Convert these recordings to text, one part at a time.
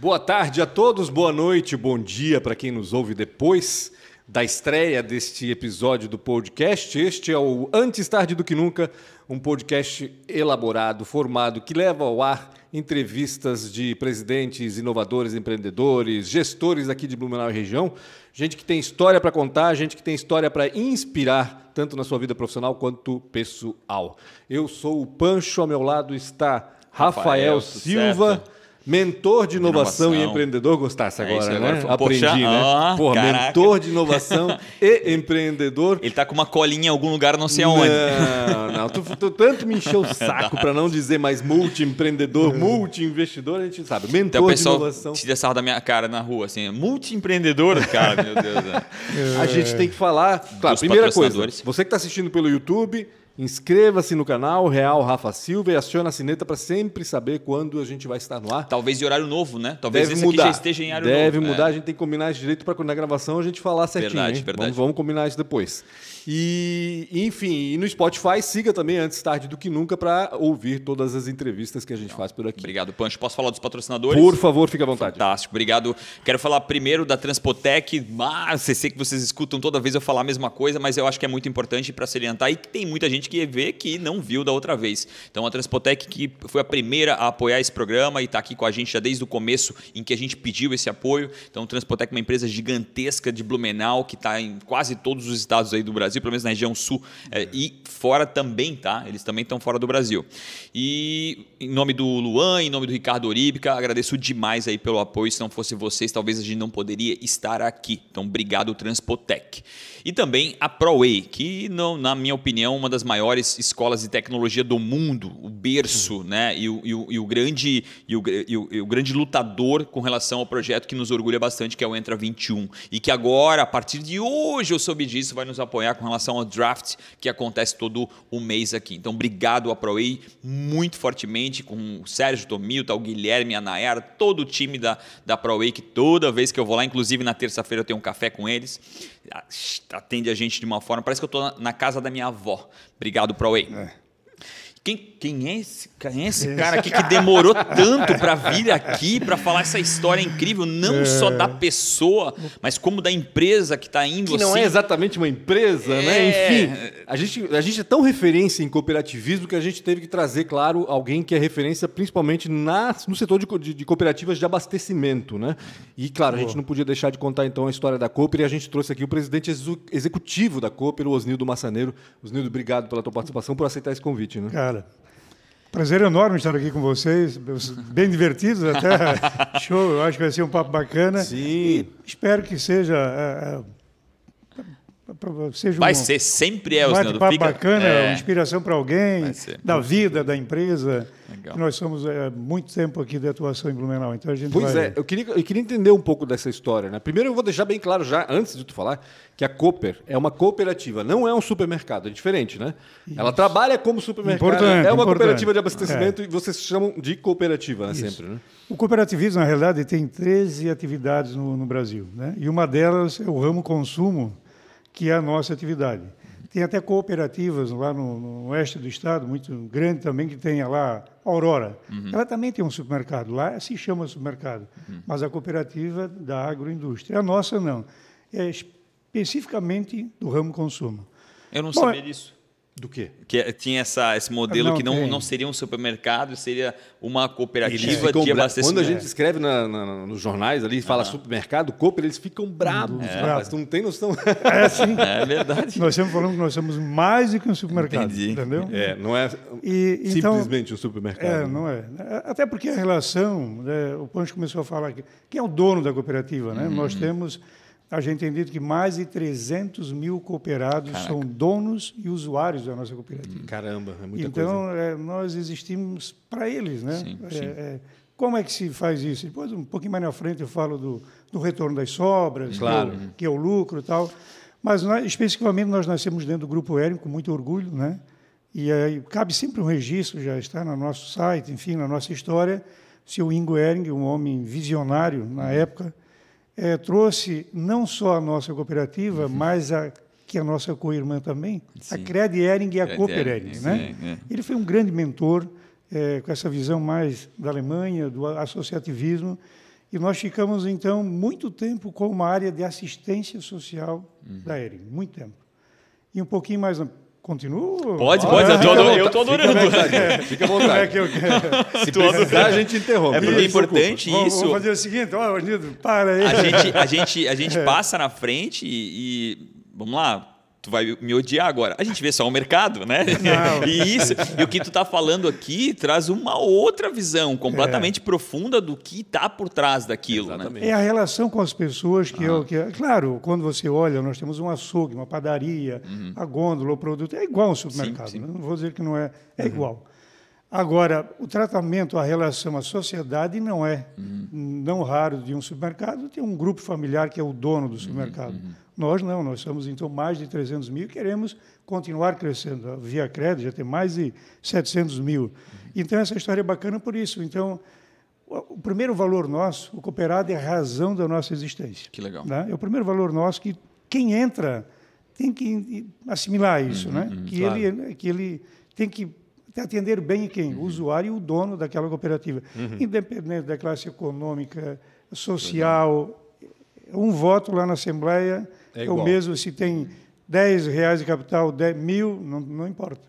Boa tarde a todos, boa noite, bom dia para quem nos ouve depois da estreia deste episódio do podcast. Este é o Antes Tarde do Que Nunca, um podcast elaborado, formado, que leva ao ar entrevistas de presidentes, inovadores, empreendedores, gestores aqui de Blumenau e região, gente que tem história para contar, gente que tem história para inspirar, tanto na sua vida profissional quanto pessoal. Eu sou o Pancho, ao meu lado está Rafael Silva, certo? Mentor de inovação e empreendedor. Gostasse agora, né? Aprendi, né? Porra, mentor de inovação e empreendedor. Ele tá com uma colinha em algum lugar, não sei aonde. Não. Tu tanto me encheu o saco para não dizer mais multi-empreendedor, multi-investidor, a gente sabe. Mentor então, de inovação. Tira sarro da minha cara na rua, assim, multi-empreendedor, cara, meu Deus. A gente tem que falar, claro, primeira coisa, você que está assistindo pelo YouTube, inscreva-se no canal Real Rafa Silva e aciona a sineta para sempre saber quando a gente vai estar no ar. Talvez de horário novo, né? Talvez deve esse mudar. Aqui já esteja em horário novo. Deve mudar, a gente tem que combinar isso direito para quando na gravação a gente falar certinho. Verdade. Vamos combinar isso depois. E, enfim, e no Spotify, siga também Antes Tarde do Que Nunca para ouvir todas as entrevistas que a gente faz por aqui. Obrigado, Pancho. Posso falar dos patrocinadores? Por favor, fique à vontade. Fantástico, obrigado. Quero falar primeiro da Transpotec. Sei que vocês escutam toda vez eu falar a mesma coisa, mas eu acho que é muito importante para salientar e que tem muita gente que vê que não viu da outra vez. Então, a Transpotec, que foi a primeira a apoiar esse programa e está aqui com a gente já desde o começo em que a gente pediu esse apoio. Então, a Transpotec é uma empresa gigantesca de Blumenau, que está em quase todos os estados aí do Brasil, pelo menos na região sul e fora também, tá? Eles também estão fora do Brasil. E em nome do Luan, em nome do Ricardo Oríbica, agradeço demais aí pelo apoio. Se não fosse vocês, talvez a gente não poderia estar aqui. Então, obrigado, Transpotec. E também a ProWay, que, na minha opinião, uma das maiores escolas de tecnologia do mundo, o berço, né? E o grande lutador com relação ao projeto que nos orgulha bastante, que é o Entra 21. E que agora, a partir de hoje, eu soube disso, vai nos apoiar com relação ao draft que acontece todo o mês aqui. Então, obrigado a ProWay muito fortemente, com o Sérgio Tomilta, o Guilherme, a Nayara, todo o time da ProWay, que toda vez que eu vou lá, inclusive na terça-feira eu tenho um café com eles, atende a gente de uma forma, parece que eu estou na casa da minha avó. Obrigado, ProWay. Quem é esse cara aqui que demorou tanto para vir aqui, para falar essa história incrível, não só da pessoa, mas como da empresa que está indo que não assim. É exatamente uma empresa, né? Enfim, a gente é tão referência em cooperativismo que a gente teve que trazer, claro, alguém que é referência principalmente no setor de cooperativas de abastecimento, né? E, claro, a gente não podia deixar de contar, então, a história da Cooper e a gente trouxe aqui o presidente executivo da Cooper, o Osnildo Massaneiro. Osnildo, obrigado pela tua participação, por aceitar esse convite, né? Cara, prazer enorme estar aqui com vocês, bem divertidos até, show, eu acho que vai ser um papo bacana. Sim. E espero que seja vai ser, sempre é, um bate-papo bacana, uma inspiração para alguém, da vida, da empresa. Legal. Nós somos muito tempo aqui de atuação em Blumenau, então a gente eu queria entender um pouco dessa história, né? Primeiro eu vou deixar bem claro já, antes de tu falar, que a Cooper é uma cooperativa, não é um supermercado, é diferente, né? Isso. Ela trabalha como supermercado, é uma cooperativa de abastecimento e vocês chamam de cooperativa, né? Sempre, né? O cooperativismo, na realidade, tem 13 atividades no Brasil, né? E uma delas é o ramo consumo, que é a nossa atividade. Tem até cooperativas lá no oeste do estado, muito grande também, que tem lá a Aurora. Ela também tem um supermercado, lá se chama supermercado, mas a cooperativa da agroindústria. A nossa não, é especificamente do ramo consumo. Eu não sabia disso. Do quê? Que tinha esse modelo que não seria um supermercado, seria uma cooperativa de abastecimento. Quando a gente escreve nos jornais ali, fala supermercado, Cooper, eles ficam bravos. Mas tu não tem noção. Sim. É verdade. Nós sempre falamos que nós somos mais do que um supermercado. Entendi. Entendeu? Não é simplesmente um supermercado. Não é. Até porque a relação, né, o Pancho começou a falar que quem é o dono da cooperativa, né? Nós temos... A gente tem dito que mais de 300 mil cooperados são donos e usuários da nossa cooperativa. Caramba, é muita coisa. Então, nós existimos para eles, né? Sim. Como é que se faz isso? Depois, um pouquinho mais na frente, eu falo do retorno das sobras, claro. que é o lucro e tal. Mas, especificamente, nós nascemos dentro do Grupo Hering, com muito orgulho, né? E aí, cabe sempre um registro, já está no nosso site, enfim, na nossa história. O seu Ingo Hering, um homem visionário na época, trouxe não só a nossa cooperativa, mas que é a nossa co-irmã também, a Cred Hering e a Cooper Hering. Né? Ele foi um grande mentor, com essa visão mais da Alemanha, do associativismo, E nós ficamos, então, muito tempo com uma área de assistência social da Hering, muito tempo. E um pouquinho mais... Continuo? Pode, eu estou adorando. Fica à vontade. Se precisar, a gente interrompe. É porque é importante isso. Vamos fazer o seguinte, Nildo, para aí. A gente passa na frente e vamos lá. Tu vai me odiar agora. A gente vê só o mercado, né? E o que tu está falando aqui traz uma outra visão completamente profunda do que está por trás daquilo. Né? É a relação com as pessoas claro, quando você olha, nós temos um açougue, uma padaria, a gôndola, o produto, é igual ao supermercado. Sim. Né? Não vou dizer que não é, é igual. Agora, o tratamento, a relação à sociedade não é. Não raro de um supermercado, tem um grupo familiar que é o dono do supermercado. Nós não, nós somos então mais de 300 mil e queremos continuar crescendo. A Via Crédito já tem mais de 700 mil. Então, essa história é bacana por isso. Então, o primeiro valor nosso, o cooperado, é a razão da nossa existência. Que legal. Né? É o primeiro valor nosso que quem entra tem que assimilar isso, né? Que ele tem que atender bem quem? O usuário e o dono daquela cooperativa. Independente da classe econômica, social, um voto lá na Assembleia é o mesmo se tem R$10 de capital, 10.000, não importa.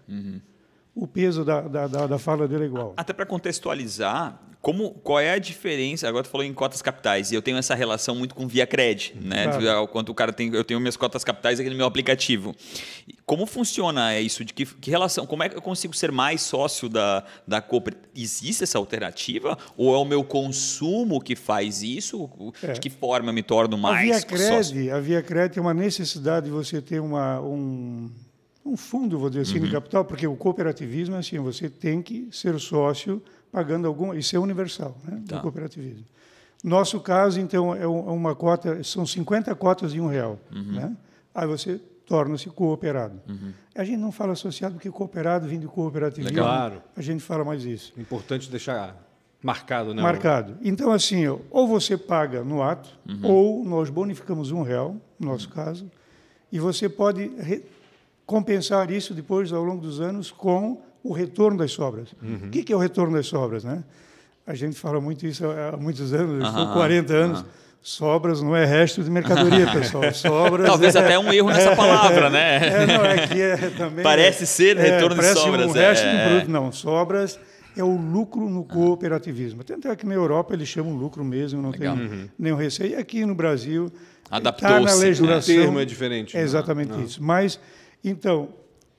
O peso da fala dele é igual. Até para contextualizar, qual é a diferença? Agora tu falou em cotas capitais e eu tenho essa relação muito com Via Cred, né? Claro. Quanto o cara tem, eu tenho minhas cotas capitais aqui no meu aplicativo. Como funciona isso? De que relação? Como é que eu consigo ser mais sócio da cooperativa? Existe essa alternativa? Ou é o meu consumo que faz isso? De que forma eu me torno mais sócio? A Via Cred tem uma necessidade de você ter um fundo, vou dizer assim, de capital, porque o cooperativismo é assim, você tem que ser sócio pagando isso é universal, né, do cooperativismo. Nosso caso, então, é uma cota, são 50 cotas de R$1, né? Aí você torna-se cooperado. A gente não fala associado porque cooperado vem de cooperativismo. Claro. A gente fala mais isso. Importante deixar marcado, né? Marcado. Então, assim, ou você paga no ato, ou nós bonificamos R$1, no nosso caso, e você pode compensar isso depois, ao longo dos anos, com o retorno das sobras. O que é o retorno das sobras, né? A gente fala muito isso há muitos anos, estou 40 anos. Sobras não é resto de mercadoria, pessoal. Sobras talvez até um erro nessa palavra, né? Também parece ser retorno de sobras. Um resto do produto, não. Sobras é o lucro no cooperativismo. Tanto é que na Europa eles chamam lucro mesmo, não tem nenhum receio. E aqui no Brasil está na legislação. O termo é diferente. É exatamente isso. Mas, então,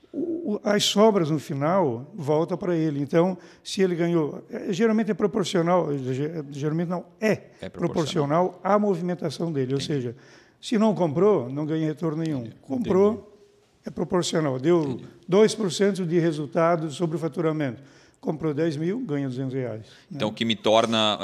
as sobras no final voltam para ele. Então, se ele ganhou, geralmente é proporcional, geralmente não é proporcional à movimentação dele. Ou seja, se não comprou, não ganha retorno nenhum. Comprou, é proporcional. Deu 2% de resultado sobre o faturamento. Comprou 10 mil, ganha R$200. Então, o que me torna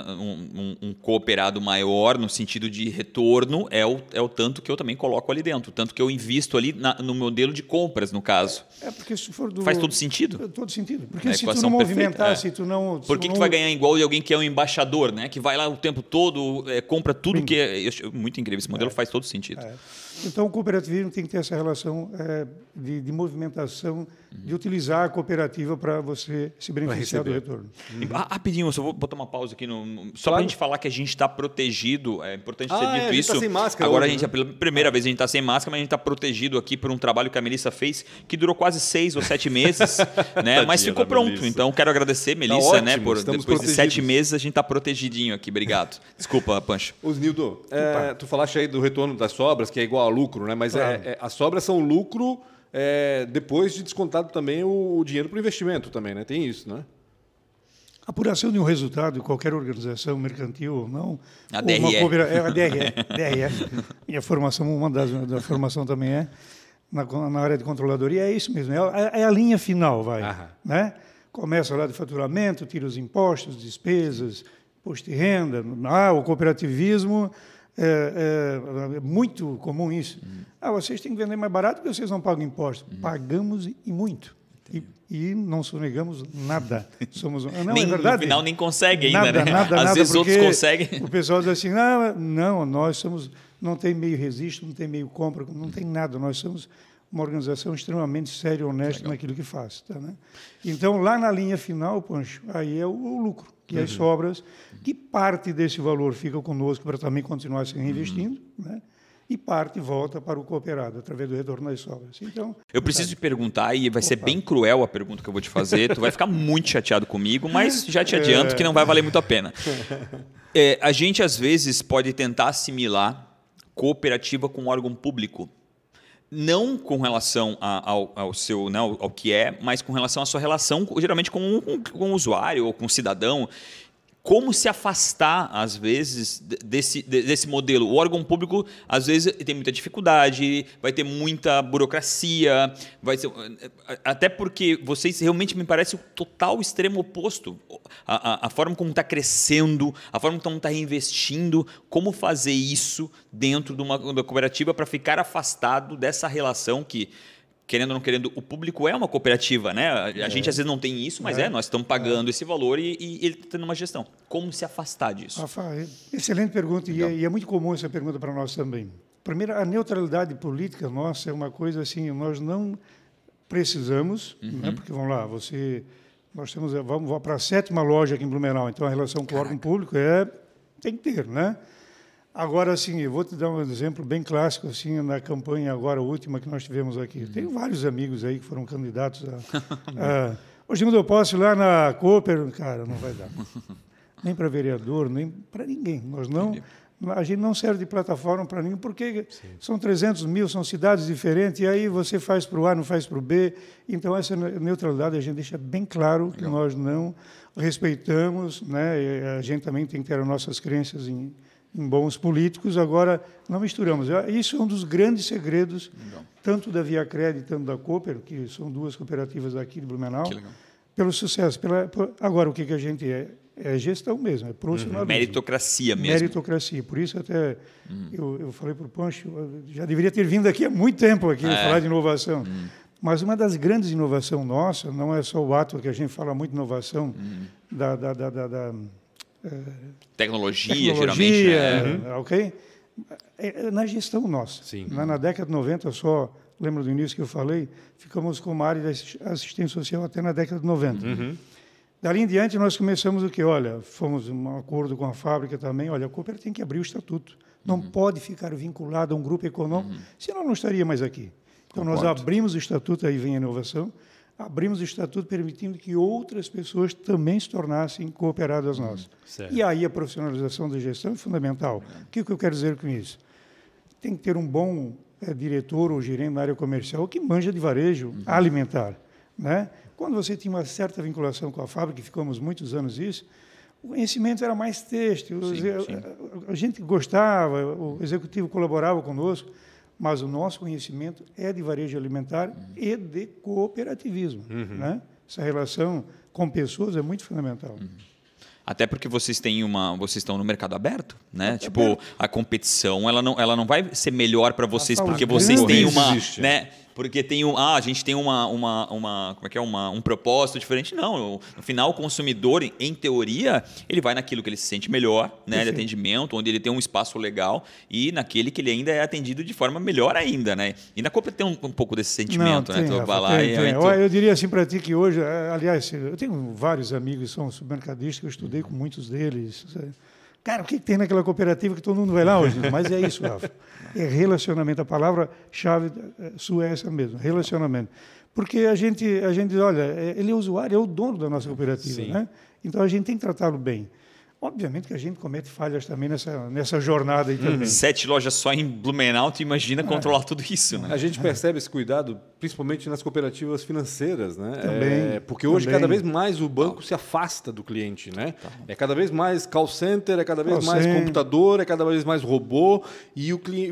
um cooperado maior no sentido de retorno é o tanto que eu também coloco ali dentro, o tanto que eu invisto ali no modelo de compras, no caso. Porque se for faz todo sentido? Todo sentido. Porque se tu não movimentar, se tu não... Por que tu vai ganhar igual de alguém que é um embaixador, né? Que vai lá o tempo todo, compra tudo que é... Muito incrível, esse modelo faz todo sentido. Então, o cooperativismo tem que ter essa relação de movimentação, de utilizar a cooperativa para você se beneficiar do retorno. Rapidinho, eu só vou botar uma pausa aqui, só para a gente falar que a gente está protegido. É importante ter dito isso. Tá sem máscara agora, hoje, pela primeira vez, a gente está sem máscara, mas a gente está protegido aqui por um trabalho que a Melissa fez, que durou quase 6 ou 7 meses, né? Mas ficou pronto. Melissa. Então, quero agradecer, Melissa, ótimo, né? depois de 7 meses, a gente está protegidinho aqui. Obrigado. Desculpa, Pancho. Osnildo, tu falaste aí do retorno das sobras, que é igual a lucro, né? Mas claro. As sobras são lucro depois de descontado também o dinheiro para o investimento também, né? Tem isso, né? A apuração de um resultado, qualquer organização mercantil ou não... A DRE. A DRE. E a formação, uma da formação também na área de controladoria, é isso mesmo. É a linha final, né? Começa lá de faturamento, tira os impostos, despesas, imposto de renda. O cooperativismo... É muito comum isso. Vocês têm que vender mais barato porque vocês não pagam imposto. Pagamos e muito. E não sonegamos nada. Somos, não, nem, é verdade. No final nem consegue ainda, né? Nada, Às vezes outros conseguem. O pessoal diz assim, não, nós somos... Não tem meio registro, não tem meio compra, não tem nada. Nós somos uma organização extremamente séria e honesta naquilo que faz. Tá, né? Então, lá na linha final, Pancho, aí é o lucro. que as sobras, que parte desse valor fica conosco para também continuar se reinvestindo, né? E parte volta para o cooperado, através do retorno das sobras. Então, eu preciso te perguntar, e vai ser bem cruel a pergunta que eu vou te fazer, tu vai ficar muito chateado comigo, mas já te adianto que não vai valer muito a pena. A gente, às vezes, pode tentar assimilar cooperativa com órgão público. Não com relação ao seu, né, ao que é, mas com relação à sua relação, geralmente, com o usuário ou com o cidadão. Como se afastar, às vezes, desse modelo? O órgão público, às vezes, tem muita dificuldade, vai ter muita burocracia, até porque vocês realmente me parece o total extremo oposto. A forma como está crescendo, a forma como está reinvestindo, como fazer isso dentro de uma cooperativa para ficar afastado dessa relação que, querendo ou não querendo, o público é uma cooperativa, né? A gente às vezes não tem isso, mas nós estamos pagando esse valor e ele está tendo uma gestão. Como se afastar disso? Rafa, excelente pergunta, e é muito comum essa pergunta para nós também. Primeiro, a neutralidade política nossa é uma coisa assim, nós não precisamos, né? Porque vamos lá, nós vamos para a 7ª loja aqui em Blumenau, então a relação com o órgão público tem que ter, né? Agora, assim, eu vou te dar um exemplo bem clássico, assim, na campanha agora última que nós tivemos aqui. Tenho vários amigos aí que foram candidatos hoje eu posso ir lá na Cooper, cara, não vai dar. Nem para vereador, nem para ninguém. A gente não serve de plataforma para ninguém, porque são 300 mil, são cidades diferentes, e aí você faz para o A, não faz para o B. Então, essa neutralidade a gente deixa bem claro que nós não respeitamos, né? E a gente também tem que ter as nossas crenças em bons políticos, agora não misturamos. Isso é um dos grandes segredos, tanto da Via Crédito, tanto da Cooper, que são 2 cooperativas aqui de Blumenau, pelo sucesso. Agora, o que a gente é? É gestão mesmo, é profissionalismo. Meritocracia mesmo. Meritocracia. Por isso, até eu falei para o Pancho, já deveria ter vindo aqui há muito tempo aqui falar de inovação. Mas uma das grandes inovações nossa, não é só o ato que a gente fala muito de inovação, tecnologia, geralmente. Ok? Na gestão nossa. Sim. Na década de 90, lembro do início que eu falei, ficamos com uma área de assistência social até na década de 90. Dali em diante, nós começamos o quê? Olha, fomos em um acordo com a fábrica também. Olha, a Cooper tem que abrir o estatuto. Não pode ficar vinculado a um grupo econômico, senão não estaria mais aqui. Então, nós abrimos o estatuto, aí vem a inovação, abrimos o estatuto permitindo que outras pessoas também se tornassem cooperadas nós. E aí a profissionalização da gestão é fundamental. O que eu quero dizer com isso? Tem que ter um bom diretor ou gerente na área comercial que manja de varejo alimentar, né? Quando você tinha uma certa vinculação com a fábrica, e ficamos muitos anos isso, o conhecimento era mais têxtil, a gente gostava, o executivo colaborava conosco, mas o nosso conhecimento é de varejo alimentar e de cooperativismo, né? Essa relação com pessoas é muito fundamental. Até porque vocês estão no mercado aberto, né? Tipo, a competição, ela não vai ser melhor para vocês porque vocês têm uma, né? Porque a gente tem um propósito diferente. Não, no final o consumidor, em teoria, ele vai naquilo que ele se sente melhor, né, de atendimento, onde ele tem um espaço legal e naquele que ele ainda é atendido de forma melhor ainda, né? E na Copa tem um pouco desse sentimento, né? Tu vai lá eu diria assim para ti que hoje, aliás, eu tenho vários amigos que são supermercadistas, que eu estudei com muitos deles. Cara, o que tem naquela cooperativa que todo mundo vai lá hoje? Mas é isso, Rafa. É relacionamento. A palavra-chave sua é essa mesmo, relacionamento. Porque a gente diz, olha, ele é usuário, é o dono da nossa cooperativa, né? Então a gente tem que tratá-lo bem. Obviamente que a gente comete falhas também nessa jornada aí também. 7 lojas só em Blumenau, tu imagina controlar tudo isso, né? A gente percebe esse cuidado, principalmente nas cooperativas financeiras, né? Também. Porque hoje, cada vez mais, o banco se afasta do cliente, né? É cada vez mais call center, é cada vez mais computador, é cada vez mais robô, e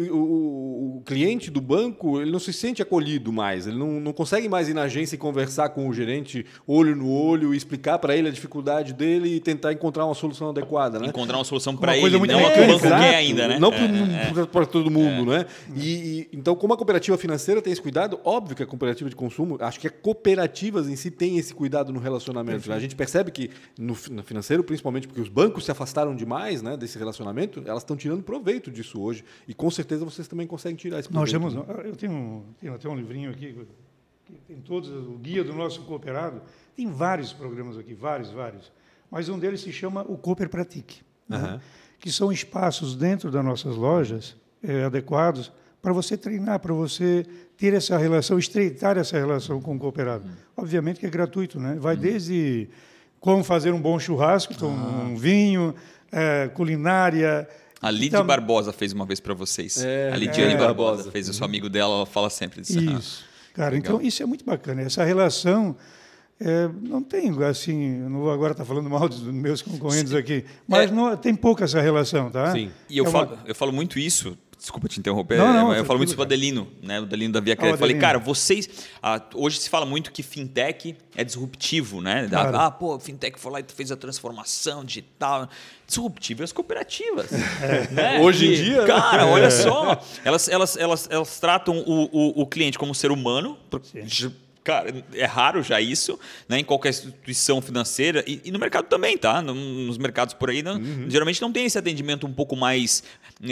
o cliente do banco, ele não se sente acolhido mais, ele não consegue mais ir na agência e conversar com o gerente olho no olho e explicar para ele a dificuldade dele e tentar encontrar uma solução adequada, né? Encontrar uma solução para ele, não a que o banco quer ainda, né? Não para todo mundo, né? Então, como a cooperativa financeira tem esse cuidado, óbvio que a cooperativa de consumo, acho que as cooperativas em si têm esse cuidado no relacionamento. Né? A gente percebe que no financeiro, principalmente porque os bancos se afastaram demais, né, desse relacionamento, elas estão tirando proveito disso hoje. E com certeza vocês também conseguem tirar esse proveito. Eu tenho até um livrinho aqui, que tem todos, o guia do nosso cooperado, tem vários programas aqui, vários. mas um deles se chama o Cooper Pratique, né? Que são espaços dentro das nossas lojas adequados para você treinar, para você ter essa relação, estreitar essa relação com o cooperado. Obviamente que é gratuito, né? Vai desde como fazer um bom churrasco, um vinho, culinária. A Lidia Barbosa fez uma vez para vocês. A Lidiane Barbosa fez, eu sou amigo dela, ela fala sempre disso. Isso. Cara, então isso é muito bacana. Essa relação, não tem, assim, não vou agora estar falando mal dos meus concorrentes aqui, mas não, tem pouca essa relação, tá? Sim. E eu falo muito isso. Desculpa te interromper, eu falo muito isso para o Adelino, né? O Adelino da Via Crédito. Eu falei, cara, vocês... hoje se fala muito que fintech é disruptivo, né? Claro. Fintech foi lá e fez a transformação digital. Disruptivo as cooperativas. Né? Hoje em dia... Cara, olha só. Elas tratam o cliente como ser humano. Cara, é raro já isso, né? Em qualquer instituição financeira e no mercado também, tá? Nos mercados por aí, geralmente não tem esse atendimento um pouco mais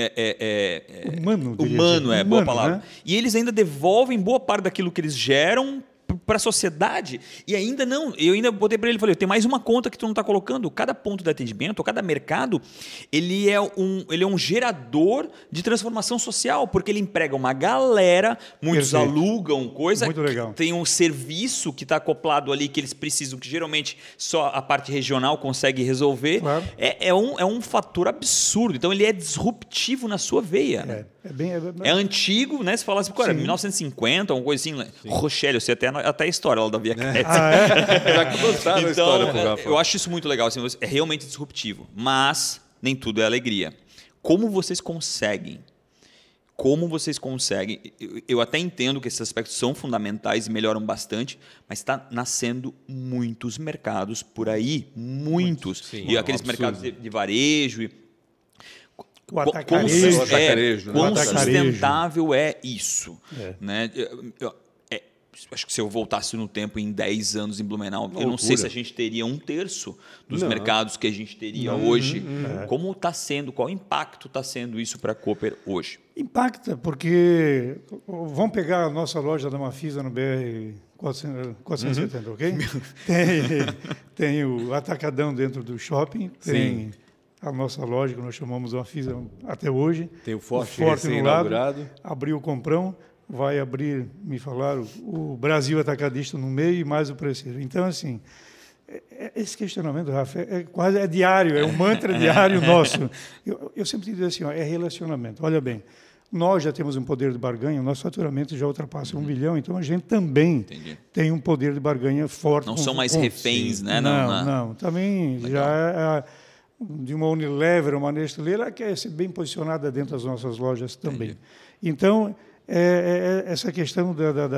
humano, boa palavra. Né? E eles ainda devolvem boa parte daquilo que eles geram para a sociedade. E ainda não, eu ainda botei para ele e falei, tem mais uma conta que tu não está colocando. Cada ponto de atendimento, cada mercado, ele é um gerador de transformação social, porque ele emprega uma galera, muitos alugam coisa, tem um serviço que está acoplado ali, que eles precisam, que geralmente só a parte regional consegue resolver. Claro. É um fator absurdo. Então, ele é disruptivo na sua veia. É antigo, né? Se falasse, cara, 1950, alguma coisa assim. Sim. Rochelle, eu sei até a história lá da Via Crédito. Já contaram a história pro Rafa. Eu acho isso muito legal. Assim, é realmente disruptivo. Mas nem tudo é alegria. Como vocês conseguem? Eu até entendo que esses aspectos são fundamentais e melhoram bastante, mas está nascendo muitos mercados por aí. Muitos. Sim, e aqueles mercados de varejo o atacarejo. Quão sustentável é isso? Né? Acho que se eu voltasse no tempo em 10 anos em Blumenau, eu não sei se a gente teria 1/3 dos mercados que a gente teria hoje. Como está sendo, qual impacto está sendo isso para a Cooper hoje? Impacta, porque vamos pegar a nossa loja da Mafisa no BR 470, ok? Tem o atacadão dentro do shopping, tem a nossa loja, que nós chamamos Mafisa até hoje. Tem o Forte recém-inaugurado. Abriu o Comprão, vai abrir, me falaram, o Brasil Atacadista no meio e mais o Preceiro. Então, assim, esse questionamento, Rafa, é diário, é um mantra diário nosso. Eu sempre digo assim, é relacionamento. Olha bem, nós já temos um poder de barganha, o nosso faturamento já ultrapassa 1 bilhão, então a gente também tem um poder de barganha forte. Não são mais reféns, né? Não. Também já de uma Unilever, uma Nestlé, ela quer ser bem posicionada dentro das nossas lojas também. Então, essa questão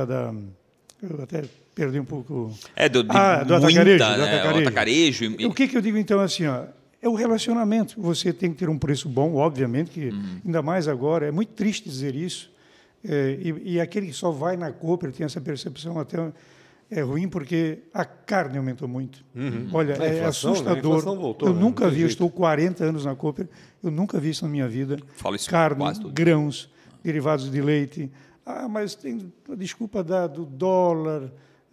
eu até perdi um pouco... do atacarejo. O que eu digo, então, assim, é o relacionamento. Você tem que ter um preço bom, obviamente, que ainda mais agora, é muito triste dizer isso, e aquele que só vai na Cooper tem essa percepção até... É ruim porque a carne aumentou muito. Olha, é assustador. Voltou, eu nunca vi, eu estou 40 anos na Cooper, eu nunca vi isso na minha vida. Carne, grãos, derivados de leite. Mas tem a desculpa do dólar,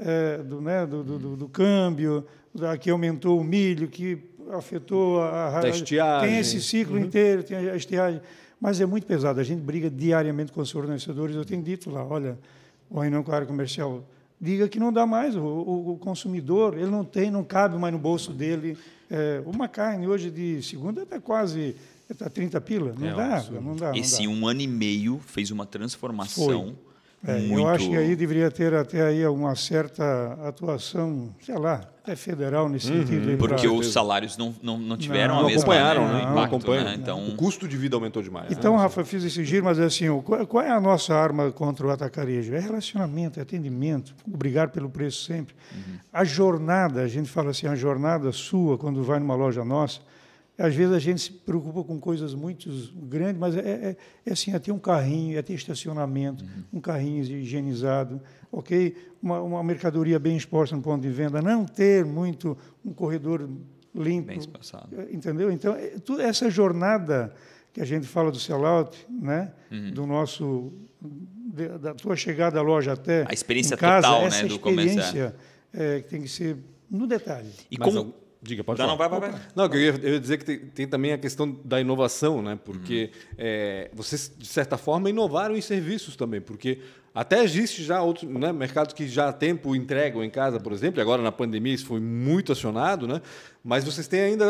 do câmbio, que aumentou o milho, que afetou a estiagem. Tem esse ciclo inteiro, tem a estiagem. Mas é muito pesado. A gente briga diariamente com os fornecedores. Eu tenho dito lá, olha, o reunião com a área comercial... Diga que não dá mais. O consumidor, ele não cabe mais no bolso dele. Uma carne hoje de segunda está quase 30 pila. Não dá. Esse 1 ano e meio fez uma transformação Eu acho que aí deveria ter até aí uma certa atuação, sei lá, até federal nesse sentido. Porque os salários não tiveram a mesma impacto, não acompanham. Né? Então, o custo de vida aumentou demais. Então, Rafa, eu fiz esse giro, mas assim, qual é a nossa arma contra o atacarejo? É relacionamento, é atendimento, brigar pelo preço sempre. A jornada, a gente fala assim, a jornada sua, quando vai numa loja nossa, às vezes a gente se preocupa com coisas muito grandes, mas é assim, é ter um carrinho, é ter estacionamento, um carrinho higienizado, ok? Uma mercadoria bem exposta no ponto de venda, não ter muito um corredor limpo, bem espaçado. Entendeu? Então, toda essa jornada que a gente fala do sellout, né? Do nosso, da tua chegada à loja até a experiência em casa, total, essa né, do comercial. Que tem que ser no detalhe. E Diga, pode Não, falar. vai. Não, eu ia dizer que tem também a questão da inovação, né? Porque vocês, de certa forma, inovaram em serviços também, porque até existe já outros, né, mercados que já há tempo entregam em casa, por exemplo, e agora na pandemia isso foi muito acionado, né? Mas vocês têm ainda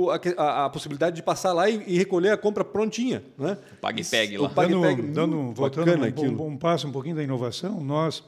a possibilidade de passar lá e recolher a compra prontinha, né? Pague e pegue lá. Voltando um passo um pouquinho da inovação,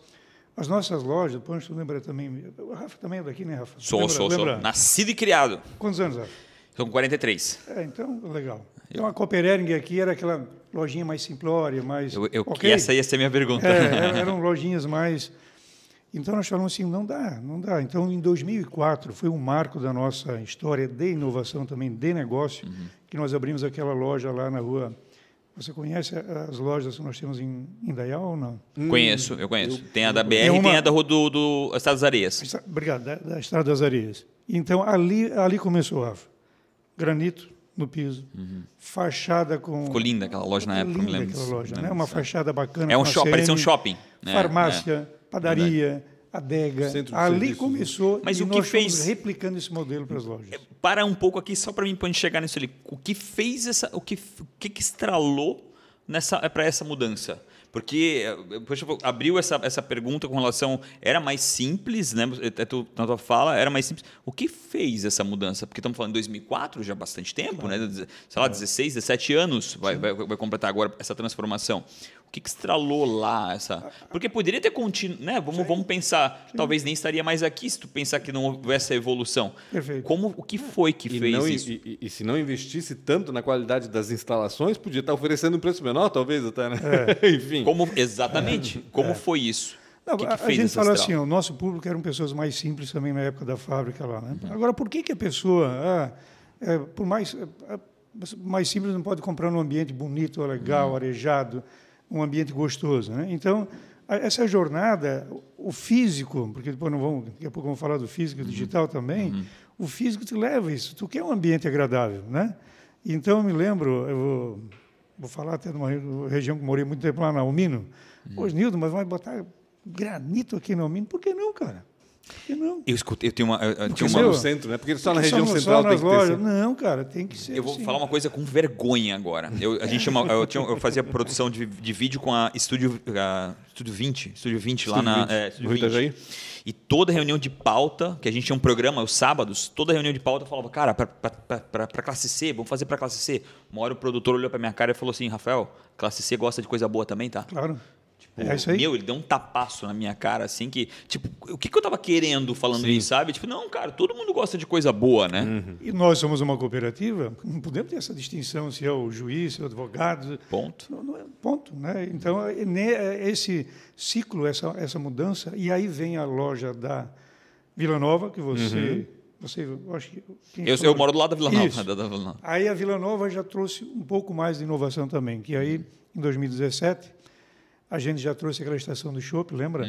as nossas lojas, depois tu lembra também, o Rafa também é daqui, né, Rafa? Sou. Nascido e criado. Quantos anos, Rafa? Estou com 43. Então, legal. Então, a Cooperering aqui era aquela lojinha mais simplória, mais... Okay. Essa ia ser a minha pergunta. Eram lojinhas mais... Então, nós falamos assim, não dá. Então, em 2004, foi um marco da nossa história de inovação também, de negócio, que nós abrimos aquela loja lá na rua... Você conhece as lojas que nós temos em Indaial ou não? Conheço. Tem a da BR e tem a da rua do Estado das Areias. Obrigado, da Estrada das Areias. Então, ali começou, Rafa. Granito no piso, fachada com... Ficou linda aquela loja na época, me lembro. Aquela loja, né? Uma fachada bacana. Parecia um shopping. Né? Farmácia, padaria, adega. Ali começou mas e o que nós fez... fomos replicando esse modelo para as lojas. Para um pouco aqui, só para mim chegar nisso ali. O que fez o que estralou para essa mudança? Porque, poxa, abriu essa pergunta com relação... Era mais simples, né? Na tua fala, era mais simples. O que fez essa mudança? Porque estamos falando de 2004, já há bastante tempo, né? Sei lá, 16, 17 anos vai completar agora essa transformação. O que estralou lá? Porque poderia ter continuado... Né? Vamos pensar, talvez nem estaria mais aqui se tu pensar que não houvesse a evolução. Perfeito. O que foi que fez isso? E se não investisse tanto na qualidade das instalações, podia estar oferecendo um preço menor, talvez, até, né? Enfim. Exatamente. Como foi isso? Não, que a gente fala assim, o nosso público eram pessoas mais simples também na época da fábrica lá. Né? Agora, por que a pessoa, por mais simples, não pode comprar num ambiente bonito, legal, arejado, um ambiente gostoso? Né? Então, essa jornada, o físico, porque depois daqui a pouco vamos falar do físico e digital também, o físico te leva a isso. Tu quer um ambiente agradável, né? Então, eu me lembro, eu vou falar até de uma região que morei muito tempo lá na Almino. Pois, Nildo, mas vai botar granito aqui na Almino? Por que não, cara? Por que não? Eu tenho uma... no centro, né? Porque só na região central tem que ter... Não, cara, tem que ser. Eu vou falar uma coisa com vergonha agora. Eu fazia produção de vídeo com a Estúdio 20 lá na... Estúdio 20. E toda reunião de pauta, que a gente tinha um programa, os sábados, toda reunião de pauta eu falava, cara, para classe C, vamos fazer para classe C. Uma hora o produtor olhou para minha cara e falou assim, Rafael, classe C gosta de coisa boa também, tá? Claro. É isso aí. Ele deu um tapaço na minha cara, assim, que, tipo, o que eu tava querendo falando isso, sabe? Tipo, não, cara, todo mundo gosta de coisa boa, né? E nós somos uma cooperativa, não podemos ter essa distinção se é o juiz, se é o advogado. Ponto. Não é ponto, né? Então, esse ciclo, essa mudança, e aí vem a loja da Vila Nova, que você acho que... Eu moro do lado da Vila Nova. Aí a Vila Nova já trouxe um pouco mais de inovação também, que aí, em 2017... A gente já trouxe aquela estação do shopping, lembra?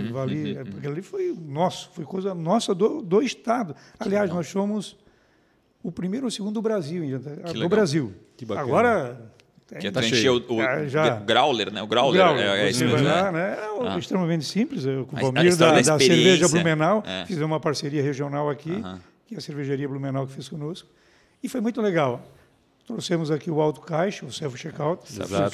Ali foi nosso, foi coisa nossa do Estado. Aliás, nós somos o primeiro ou o segundo do Brasil, do Brasil. Que bacana. Agora... Que tá cheio. O Growler, né? O Growler é isso mesmo, né? É extremamente simples. Com o Valmir da Cerveja Blumenau, fizemos uma parceria regional aqui, que é a Cervejaria Blumenau que fez conosco. E foi muito legal. Trouxemos aqui o Auto Caixa, o Self-Checkout.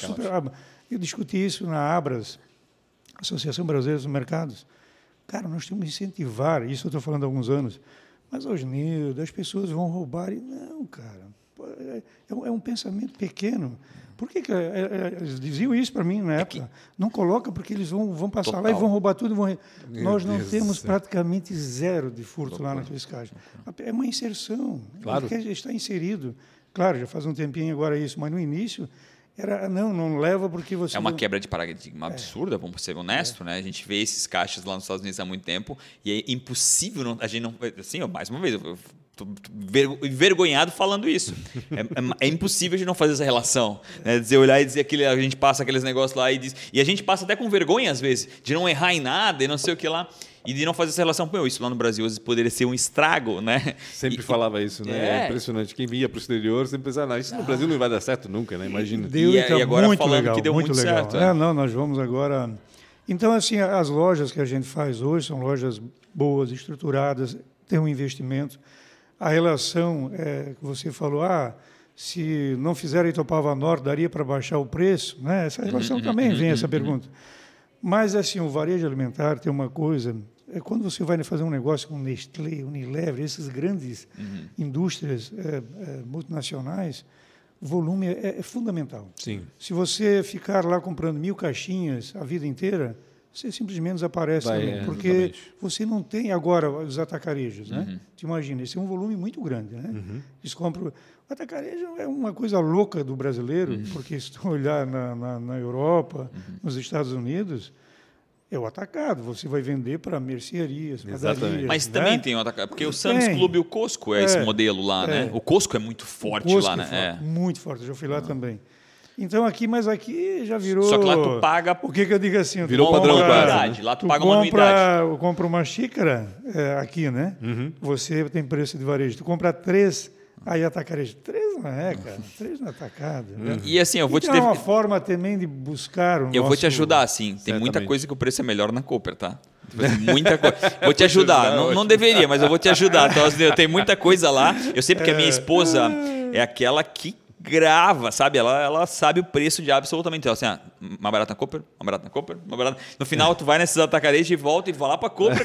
Eu discuti isso na Abras, Associação Brasileira dos Mercados. Cara, nós temos que incentivar, isso eu estou falando há alguns anos, mas hoje, Nildo, as pessoas vão roubar. Não, cara, é um pensamento pequeno. Por que eles diziam isso para mim na época? Não coloca porque eles vão passar lá e vão roubar tudo. Nós não temos praticamente zero de furto lá naqueles caixas. É uma inserção, porque está inserido. Claro, já faz um tempinho agora isso, mas no início... não leva porque você... É uma quebra de paradigma absurda, vamos ser honestos, né? A gente vê esses caixas lá nos Estados Unidos há muito tempo e é impossível, a gente não... Assim, mais uma vez, eu estou envergonhado falando isso. É impossível a gente não fazer essa relação. Né? Olhar e dizer a gente passa aqueles negócios lá e diz... E a gente passa até com vergonha, às vezes, de não errar em nada e não sei o que lá. E de não fazer essa relação. Isso lá no Brasil às vezes poderia ser um estrago, né? Sempre falava isso, né? É impressionante. Quem ia para o exterior sempre pensava, isso no Brasil não vai dar certo nunca, né? Imagina. E agora muito falando legal, que deu muito legal. certo. Nós vamos agora... Então, assim, as lojas que a gente faz hoje são lojas boas, estruturadas, tem um investimento. a relação que você falou, se não fizer Itopava Norte, daria para baixar o preço? Né? Essa relação também vem essa pergunta. Mas, assim, o varejo alimentar tem uma coisa... quando você vai fazer um negócio com Nestlé, Unilever, essas grandes indústrias multinacionais, o volume é fundamental. Sim. Se você ficar lá comprando 1000 caixinhas a vida inteira, você simplesmente desaparece também, porque exatamente. você não tem agora os atacarejos, né? Te imagina, esse é um volume muito grande, né? Eles compram... O atacarejo é uma coisa louca do brasileiro, porque se tu olhar na Europa, nos Estados Unidos, é o atacado. Você vai vender para mercearias, padarias. Mas né? também tem o atacado, porque o Sam's Club e o Costco é esse modelo lá, né? O Costco é muito forte lá, né? Muito forte, eu já fui lá também. Então, mas aqui já virou... Só que lá tu paga... O que eu digo assim? Virou padrão quase. Lá tu paga uma anuidade. Eu compro uma xícara aqui, né? Você tem preço de varejo. Tu compra 3, aí atacarejo. 3 não é, cara. 3 não é atacado. Né? E assim, eu vou te... É uma forma também de buscar o Eu vou te ajudar, assim. Tem muita coisa que o preço é melhor na Cooper, tá? Muita coisa. Vou te ajudar. Não deveria, mas eu vou te ajudar. Então, tem muita coisa lá. Eu sei porque a minha esposa é aquela que grava, sabe? Ela sabe o preço de absolutamente. Então, assim, mais barato na Cooper, mais barato na Cooper, mais barato. No final, tu vai nesses atacarejos e volta e vai lá pra Cooper.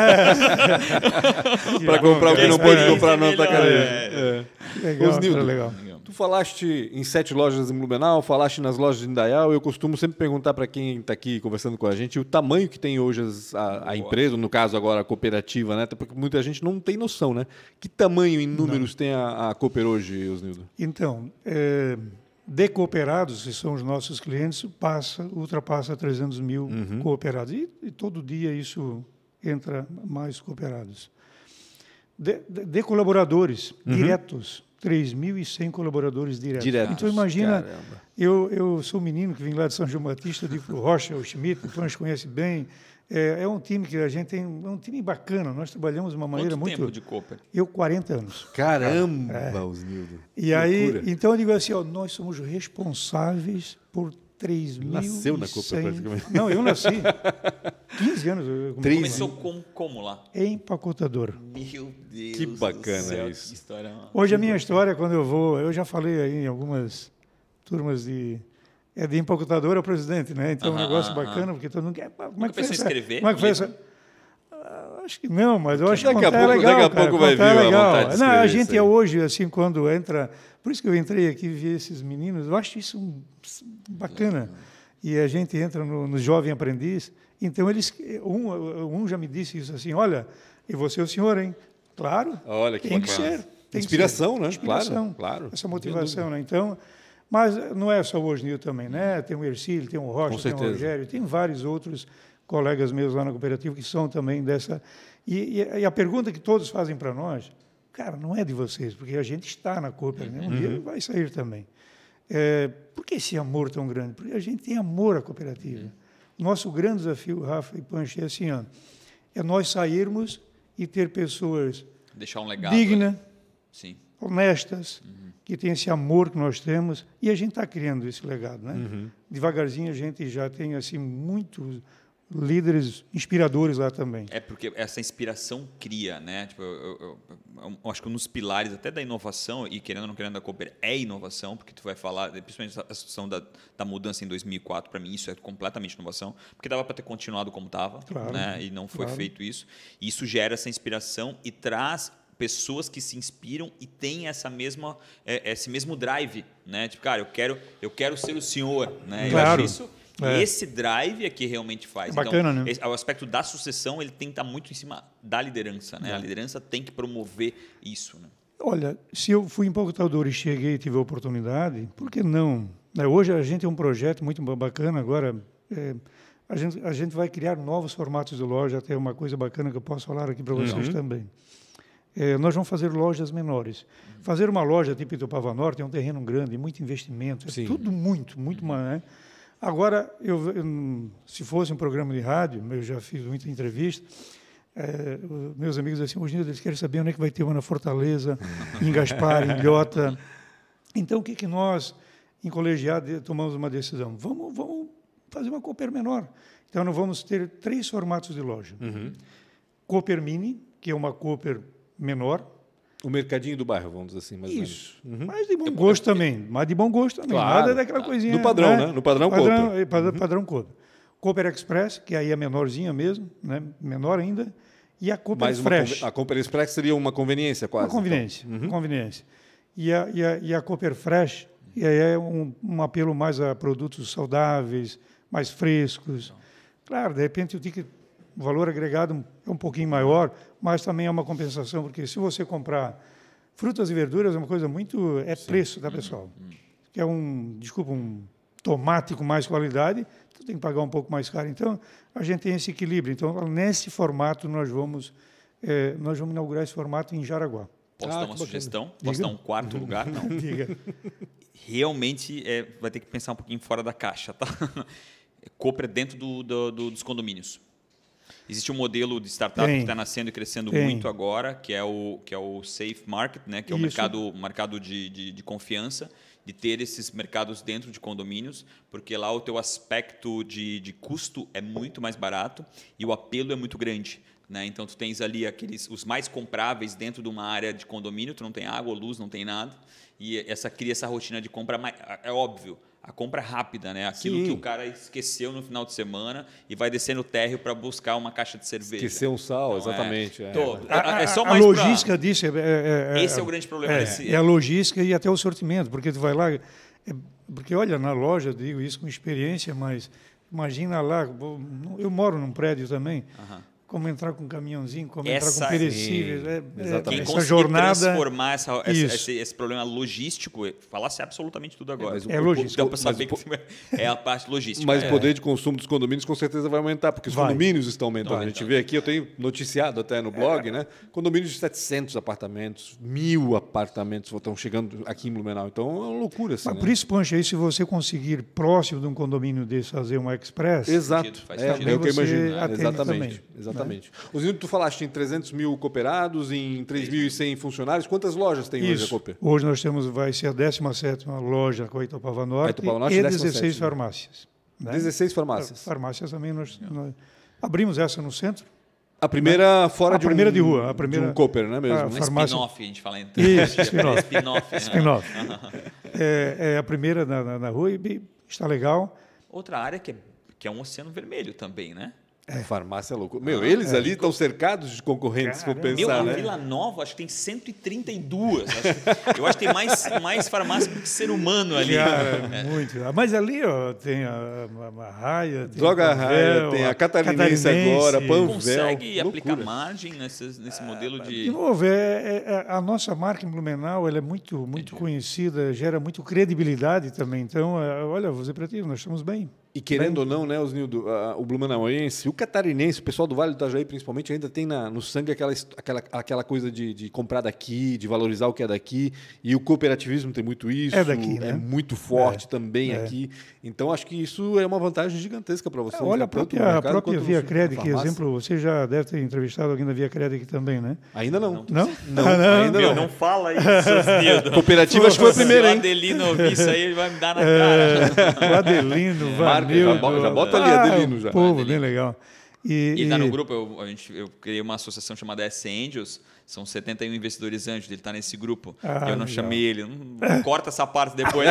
Para comprar o que não pode comprar no atacarejo. Legal, Osnildo, legal. tu falaste em 7 lojas em Blumenau, falaste nas lojas de Indaial. Eu costumo sempre perguntar para quem está aqui conversando com a gente o tamanho que tem hoje a empresa, no caso agora a cooperativa, né? Até porque muita gente não tem noção, né? Que tamanho em números tem a Cooper hoje, Osnildo? Então, de cooperados, que são os nossos clientes, ultrapassa 300 mil cooperados. E todo dia isso entra mais cooperados. De colaboradores diretos, 3.100 colaboradores diretos. Então, imagina, eu sou um menino que vim lá de São João Batista, de Rocha, o Schmidt, então a gente conhece bem. É um time que a gente tem, é um time bacana, nós trabalhamos de uma maneira muito... Quanto tempo de Cooper? Eu, 40 anos. Caramba, Osnildo. E aí, então eu digo assim, nós somos responsáveis por 3.100... Nasceu na Cooper, praticamente. Não, eu nasci. 15 anos. Começou como lá? Empacotador. Meu Deus. Que bacana do céu, isso. Que história. Hoje a minha história, quando eu já falei aí em algumas turmas de empacotador ao presidente, né? Então é um negócio bacana, porque todo mundo quer... Como é que foi essa? Escrever? Como é que foi essa? Acho que não, mas eu acho que daqui a contar é pouco, legal. daqui a pouco vai vir a vontade de Não, a escrever gente isso aí. é hoje, assim, quando entra... Por isso que eu entrei aqui e vi esses meninos, eu acho isso bacana. E a gente entra no Jovem Aprendiz, então eles... Um já me disse isso assim, olha, e você é o senhor, hein? Claro, Olha que tem que bacana. ser. Tem que Inspiração, ser. né? Inspiração, Claro. essa motivação, né? Então... Mas não é só o Osnildo também, né? Tem o Ercílio, tem o Rocha, tem o Rogério, tem vários outros colegas meus lá na cooperativa que são também dessa... E a pergunta que todos fazem para nós, cara, não é de vocês, porque a gente está na cooperativa, né? Um dia vai sair também. Por que esse amor tão grande? Porque a gente tem amor à cooperativa. Nosso grande desafio, Rafa e Pancho, é assim, é nós sairmos e ter pessoas Deixar um legado. dignas, Sim. honestas, que tem esse amor que nós temos, e a gente está criando esse legado, né? Devagarzinho a gente já tem assim muitos líderes inspiradores lá também. É porque essa inspiração cria, né? Tipo, eu acho que um dos pilares até da inovação, e querendo ou não querendo da Cooper, é inovação, porque tu vai falar, principalmente a situação da mudança em 2004, para mim isso é completamente inovação, porque dava para ter continuado como estava, Claro, né? E não foi feito isso. E isso gera essa inspiração e traz pessoas que se inspiram e têm esse mesmo drive, né? Tipo, cara, eu quero ser o senhor, né? Claro. Eu acho isso. Esse drive é que realmente faz. É bacana, né? O aspecto da sucessão ele tem que estar muito em cima da liderança, né? A liderança tem que promover isso, né? Olha, se eu fui empacotador e cheguei e tive a oportunidade, por que não? Hoje a gente tem um projeto muito bacana agora. A gente vai criar novos formatos de loja, até uma coisa bacana que eu posso falar aqui para vocês também. Nós vamos fazer lojas menores. Fazer uma loja tipo Itopava Norte é um terreno grande, muito investimento, tudo muito mais, né? Agora, se fosse um programa de rádio, eu já fiz muita entrevista, meus amigos dizem assim, eles querem saber onde é que vai ter uma na Fortaleza, em Gaspar, em Ilhota. Então, o que nós, em colegiado, tomamos uma decisão? Vamos fazer uma Cooper menor. Então, nós vamos ter 3 formatos de loja. Cooper Mini, que é uma Cooper menor, O mercadinho do bairro, vamos dizer assim, mais Isso. ou menos. Mas de bom gosto também. Mas de bom gosto também. Claro, Nada daquela coisinha. no padrão, né? No padrão Cooper. Padrão Cooper. Cooper Express, que aí é menorzinha mesmo, né? Menor ainda. E a Cooper Mas Fresh. a Cooper Express seria uma conveniência quase. Uma conveniência. Então. Conveniência. E a Cooper Fresh é um apelo mais a produtos saudáveis, mais frescos. Claro, de repente o valor agregado é um pouquinho maior, mas também é uma compensação, porque se você comprar frutas e verduras é uma coisa muito... É preço, tá, pessoal? Que é um tomate com mais qualidade, tu tem que pagar um pouco mais caro. Então, a gente tem esse equilíbrio. Então, nesse formato, nós vamos inaugurar esse formato em Jaraguá. Posso dar uma sugestão? Posso dar um quarto lugar? Não. Diga. Realmente vai ter que pensar um pouquinho fora da caixa, tá? Cooper dentro dos condomínios. Existe um modelo de startup que está nascendo e crescendo muito agora, que é o Safe Market, né? Que é o mercado de confiança, de ter esses mercados dentro de condomínios, porque lá o teu aspecto de custo é muito mais barato e o apelo é muito grande. Né? Então, tu tens ali os mais compráveis dentro de uma área de condomínio, tu não tem água, luz, não tem nada, e cria essa rotina de compra, é óbvio, a compra rápida, né? Aquilo que o cara esqueceu no final de semana e vai descer no térreo para buscar uma caixa de cerveja. Esqueceu um sal, então, exatamente. É só mais a logística disso esse é o grande problema. É a logística e até o sortimento, porque tu vai lá... Porque, olha, na loja, eu digo isso com experiência, mas imagina lá, eu moro num prédio também, como entrar com um caminhãozinho, como entrar com perecíveis. Quem conseguir transformar esse problema logístico, falasse absolutamente tudo agora. Logístico. Dá para saber que é a parte logística. Mas o poder de consumo dos condomínios com certeza vai aumentar, porque os condomínios estão aumentando. A gente vê aqui, eu tenho noticiado até no blog, né? Condomínios de 700 apartamentos, 1.000 apartamentos estão chegando aqui em Blumenau. Então é uma loucura. Assim, por isso, Pancho, aí se você conseguir próximo de um condomínio desse fazer uma express... Exato. Faz sentido. É o que eu imagino. Exatamente. Exatamente. Osino, tu falaste em 300 mil cooperados, em 3.100 funcionários. Quantas lojas tem hoje a Cooper? Hoje nós vai ser a 17ª loja com a Itopava Norte e 16 farmácias. Né? 16 farmácias. Farmácias também nós abrimos essa no centro. A primeira fora de primeira de rua, de um Cooper, né mesmo? Farmácia... spin-off, a gente fala então. Isso, spin-off. Spin-off. É a primeira na rua e está legal. Outra área que é um oceano vermelho também, né? Farmácia é louco. Eles ali estão cercados de concorrentes, vou pensar, né? Vila Nova, acho que tem 132. Eu acho que tem mais farmácia do que ser humano ali. Muito. Mas ali tem a Raia, tem Droga Raia, tem a Catarinense agora, Panvel. Consegue aplicar margem nesse modelo de... De novo, a nossa marca em Blumenau ela é muito conhecida, gera muito credibilidade também. Então, olha, vou dizer para ti, nós estamos bem. E querendo ou não, né, Osnildo, o blumenauense, o catarinense, o pessoal do Vale do Itajaí principalmente, ainda tem no sangue aquela coisa de comprar daqui, de valorizar o que é daqui. E o cooperativismo tem muito isso. É daqui, né? É muito forte também aqui. Então, acho que isso é uma vantagem gigantesca para vocês. Olha, a própria Via Cred, que exemplo, você já deve ter entrevistado alguém da Via Cred aqui também, né? Ainda não. Não? Ainda não. Não fala isso, Osnildo. Cooperativa acho que foi a primeira, hein? Se o Adelino ouvir isso aí, ele vai me dar na cara. O Adelino, já bota ali Adelino já. Povo, bem legal. E está no grupo, eu criei uma associação chamada S Angels, são 71 investidores anjos, ele está nesse grupo. Eu não chamei ele, não corta essa parte depois.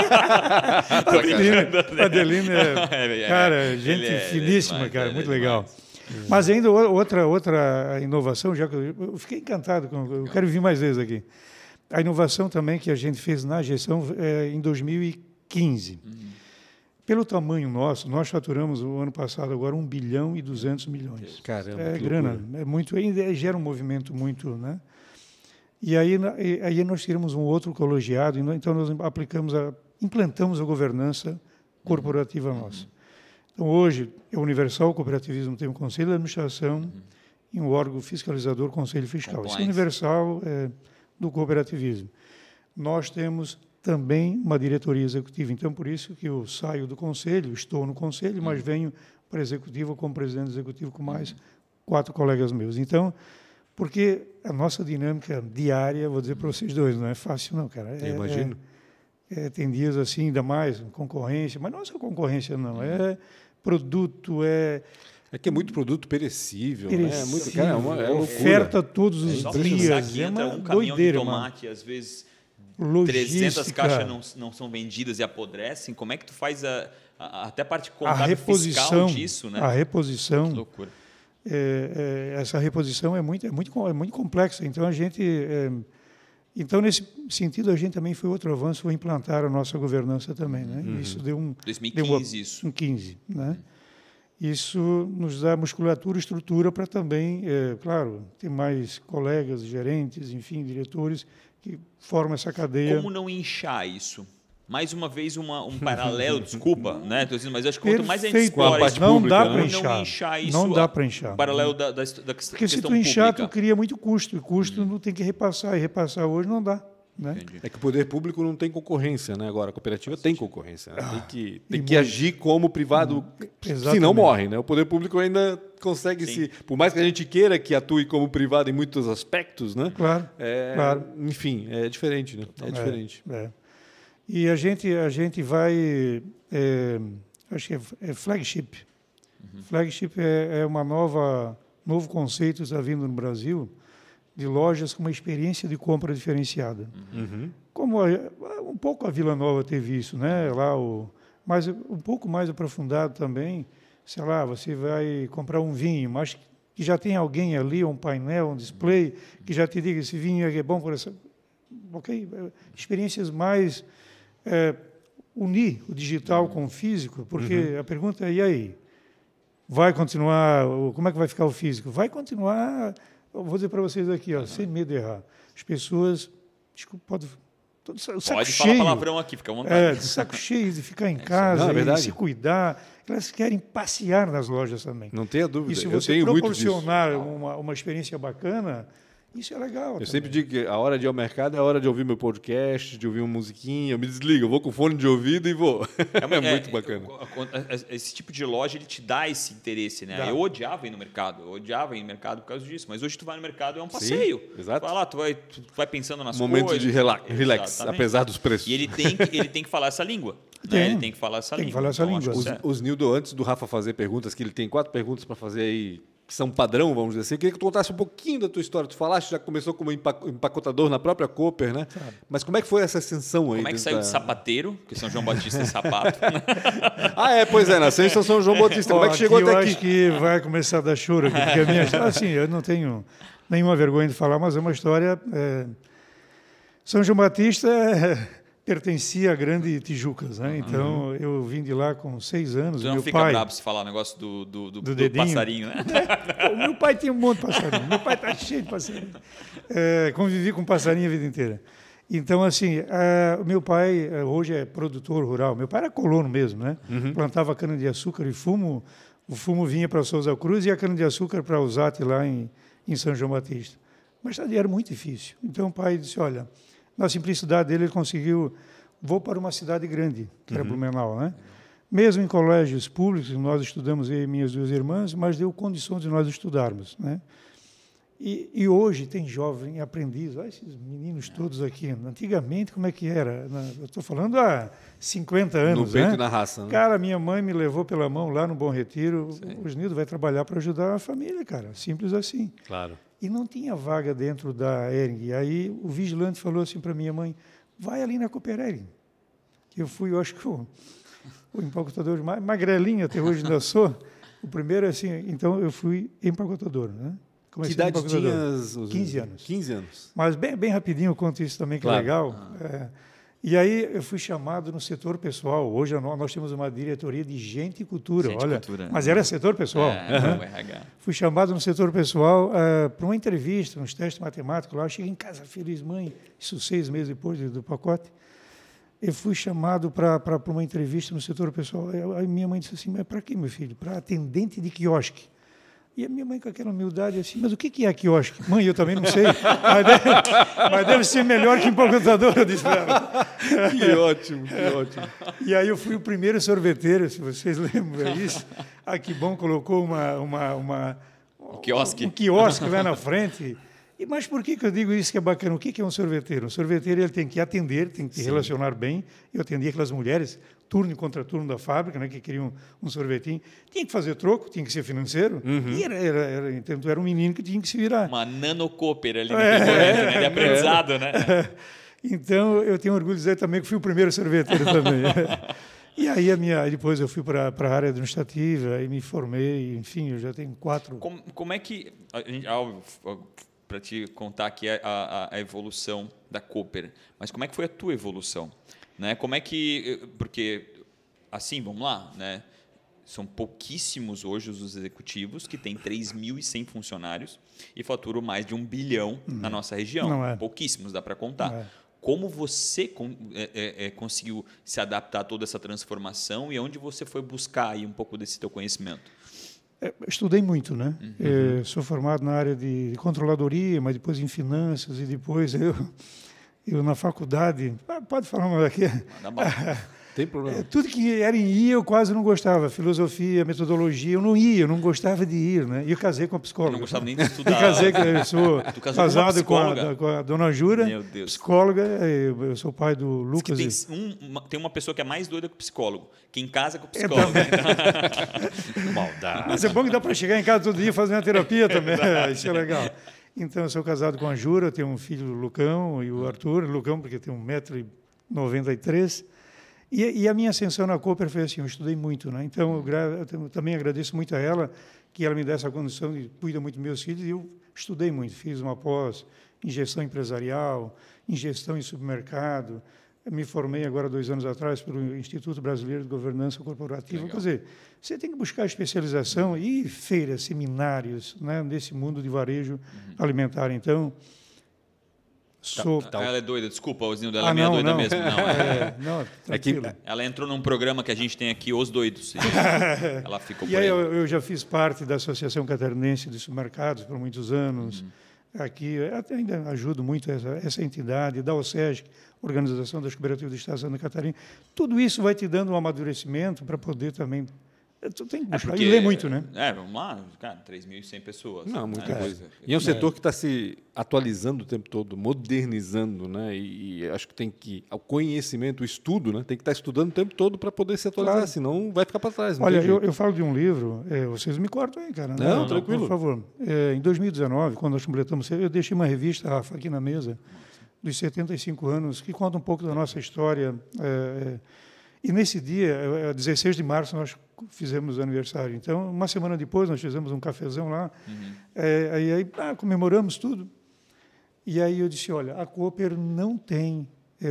Adelino cara, gente finíssima, cara, muito legal. Mas ainda outra inovação, já que eu fiquei encantado, eu quero vir mais vezes aqui. A inovação também que a gente fez na gestão em 2015. Pelo tamanho nosso, nós faturamos o ano passado agora 1 bilhão e 200 milhões. Caramba, é grana, é muito, ainda gera um movimento muito, né? E aí nós tiramos um outro colegiado, então nós implantamos a governança corporativa nossa. Então hoje, o Universal Cooperativismo tem um conselho de administração e um órgão fiscalizador, conselho fiscal. Isso é universal do cooperativismo. Nós temos também uma diretoria executiva. Então, por isso que eu saio do conselho, estou no conselho, mas venho para a executiva como presidente executivo com mais 4 colegas meus. Então, porque a nossa dinâmica diária, vou dizer para vocês dois, não é fácil não, cara. Eu imagino. Tem dias assim, ainda mais, concorrência, mas não é só concorrência não, é produto, É que é muito produto perecível, né? É muito, cara, é loucura. Oferta todos os Só dias. pensar que É entra uma um caminhão doideira, de mano. tomate, às vezes Logística. 300 caixas não são vendidas e apodrecem. Como é que tu faz até a parte A contábil fiscal reposição disso, né? A reposição. Que loucura. Essa reposição é muito complexa. Então, então, nesse sentido, a gente também foi outro avanço, foi implantar a nossa governança também. Né? Isso deu 2015, isso. Em 15, né? Isso nos dá musculatura e estrutura para também, claro, ter mais colegas, gerentes, enfim, diretores, que formam essa cadeia. Como não inchar isso? Mais uma vez, um paralelo, desculpa, né? Tô dizendo, mas eu acho que quanto mais a gente explora isso, não dá como para não inchar isso, não dá para inchar. o paralelo da questão Porque se tu inchar, pública. tu cria muito custo, e custo não tem que repassar, e repassar hoje não dá. Né? É que o poder público não tem concorrência, né? Agora, a cooperativa tem concorrência. Né? Tem que agir como o privado, senão morre. Né? O poder público ainda consegue se... Por mais que a gente queira que atue como privado em muitos aspectos, né? Claro, claro. Enfim, é diferente, né? É diferente. E a gente vai... acho que é flagship. Flagship é uma novo conceito que está vindo no Brasil, de lojas com uma experiência de compra diferenciada. Como um pouco a Vila Nova teve isso, né? Lá mas um pouco mais aprofundado também, sei lá, você vai comprar um vinho, mas que já tem alguém ali, um painel, um display, que já te diga esse vinho é bom por essa... Ok? Experiências mais... unir o digital com o físico, porque a pergunta é, e aí? Vai continuar... Como é que vai ficar o físico? Vai continuar... Vou dizer para vocês aqui, sem medo de errar. As pessoas... Desculpa, pode falar palavrão aqui, fica à vontade. De saco cheio de ficar em casa e se cuidar. Elas querem passear nas lojas também. Não tenha dúvida. E se você proporcionar uma experiência bacana... Isso é legal. Eu sempre digo que a hora de ir ao mercado é a hora de ouvir meu podcast, de ouvir uma musiquinha. Eu me desligo, eu vou com fone de ouvido e vou. É muito bacana. Esse tipo de loja, ele te dá esse interesse, né? Eu odiava ir no mercado. Por causa disso. Mas hoje tu vai no mercado, é um passeio. Sim, exato. Tu vai lá, tu vai pensando nas Momento coisas. Momento de relax, apesar dos preços. E ele tem que falar essa língua. Né? Ele tem que falar essa língua. Os Nildo, antes do Rafa fazer perguntas, que ele tem 4 perguntas para fazer aí, que são padrão, vamos dizer assim. Eu queria que tu contasse um pouquinho da tua história. Tu falaste, já começou como empacotador na própria Cooper, né? Sabe. Mas como é que foi essa ascensão aí? Como é que saiu de sapateiro, porque São João Batista é sapato. Pois é, nasceu em São João Batista. Como é que chegou até aqui? Eu acho que vai começar a dar choro aqui, porque a minha história, assim, eu não tenho nenhuma vergonha de falar, mas é uma história... São João Batista pertencia à Grande Tijucas, né? Então, eu vim de lá com 6 anos. Tu não fica bravo se falar o negócio do passarinho, né? Meu pai tinha um monte de passarinho. Meu pai está cheio de passarinho. Convivi com passarinho a vida inteira. Então, assim, o meu pai hoje é produtor rural. Meu pai era colono mesmo, né? Plantava cana-de-açúcar e fumo. O fumo vinha para Souza Cruz e a cana-de-açúcar para Usate lá em São João Batista. Mas era muito difícil. Então, o pai disse, olha... Na simplicidade dele, ele conseguiu... Vou para uma cidade grande, que era Blumenau, né? Mesmo em colégios públicos, nós estudamos, eu e minhas 2 irmãs, mas deu condições de nós estudarmos, né? E hoje tem jovem aprendiz, olha esses meninos todos aqui. Antigamente, como é que era? Eu estou falando há 50 anos, no peito né? E na raça. Né? Cara, minha mãe me levou pela mão lá no Bom Retiro. O Osnildo vai trabalhar para ajudar a família, cara. Simples assim. Claro. E não tinha vaga dentro da Ering. Aí o vigilante falou assim para minha mãe, vai ali na Cooper Ering. Eu fui, eu acho que o empacotador mais magrelinho, até hoje ainda sou. O primeiro, assim, então eu fui empacotador, né? Comecei que idade tinha? 15 anos. 15 anos. Mas bem rapidinho eu conto isso também, que é legal. E aí eu fui chamado no setor pessoal. Hoje nós temos uma diretoria de gente e cultura. Mas era setor pessoal. Fui chamado no setor pessoal para uma entrevista, uns testes matemáticos lá. Eu cheguei em casa feliz, mãe, isso 6 meses depois do pacote. Eu fui chamado para uma entrevista no setor pessoal. Aí minha mãe disse assim, mas para quê, meu filho? Para atendente de quiosque. E a minha mãe, com aquela humildade, assim, mas o que é quiosque? Mãe, eu também não sei. Mas deve ser melhor que empacotador, eu disse para ela. Que ótimo, que ótimo. E aí eu fui o primeiro sorveteiro, se vocês lembram disso. Que bom, colocou um quiosque lá na frente. Mas por que eu digo isso que é bacana? O que é um sorveteiro? Um sorveteiro ele tem que atender, tem que se relacionar bem. Eu atendia aquelas mulheres, turno contra turno da fábrica, né, que queriam um sorvetinho. Tinha que fazer troco, tinha que ser financeiro. E então, era um menino que tinha que se virar. Uma nanocooper ali naquele momento, né, de aprendizado, né? Então, eu tenho orgulho de dizer também que fui o primeiro sorveteiro também. E aí, depois eu fui para a área administrativa e me formei, enfim, eu já tenho 4... Como é que... Para te contar aqui a evolução da Cooper, mas como é que foi a tua evolução? Né? Como é que... Porque, assim, vamos lá, né? São pouquíssimos hoje os executivos que têm 3.100 funcionários e faturam mais de 1 bilhão na nossa região. Não é. Pouquíssimos, dá para contar. Como você conseguiu se adaptar a toda essa transformação e onde você foi buscar aí um pouco desse teu conhecimento? Estudei muito, né? Sou formado na área de controladoria, mas depois em finanças e depois eu na faculdade... Pode falar mais aqui? Dá bom. Tem problema. Tudo que era em ir eu quase não gostava. Filosofia, metodologia, eu não ia, eu não gostava de ir, né? E eu casei com a psicóloga. Eu não gostava nem de estudar. Eu sou casado com a dona Jura, Meu Deus. psicóloga. Eu sou pai do Lucas. Tem uma pessoa que é mais doida que o psicólogo. Quem casa com o psicólogo. Maldade. Mas é bom que dá para chegar em casa todo dia e fazer uma terapia também. Isso é legal. Então, eu sou casado com a Jura, tenho um filho, o Lucão, e o Arthur. Lucão, porque tem 1,93 m. E a minha ascensão na Cooper foi assim, eu estudei muito, né? Então, eu também agradeço muito a ela, que ela me dá essa condição e cuida muito dos meus filhos, e eu estudei muito, fiz uma pós em gestão empresarial, em gestão em supermercado, me formei agora 2 anos atrás pelo Instituto Brasileiro de Governança Corporativa. Legal. Quer dizer, você tem que buscar especialização e feiras, seminários, né, nesse mundo de varejo alimentar. Então, Ela é doida, desculpa, o Osnildo, ela é não, meio doida não. mesmo. Não, tranquilo. ela entrou num programa que a gente tem aqui, Os Doidos. Ela ficou por E aí aí. eu já fiz parte da Associação Catarinense de Supermercados por muitos anos. Aqui até ainda ajudo muito essa entidade, da OSESC, Organização das Cooperativas do Estado de Santa Catarina. Tudo isso vai te dando um amadurecimento para poder também... Tu tem que buscar e ler muito, né? Vamos lá, cara, 3.100 pessoas. Não, muita né? coisa. E é um setor que está se atualizando o tempo todo, modernizando, né? E acho que tem que... O conhecimento, o estudo, né? Tem que estar estudando o tempo todo para poder se atualizar, Claro. Senão vai ficar para trás. Olha, eu falo de um livro, vocês me cortam aí, cara. Não, tranquilo. Por favor. Em 2019, quando nós completamos... Eu deixei uma revista, Rafa, aqui na mesa, dos 75 anos, que conta um pouco da nossa história. E nesse dia, 16 de março, nós fizemos aniversário. Então, uma semana depois, nós fizemos um cafezão lá. Aí comemoramos tudo. E aí eu disse, olha, a Cooper não tem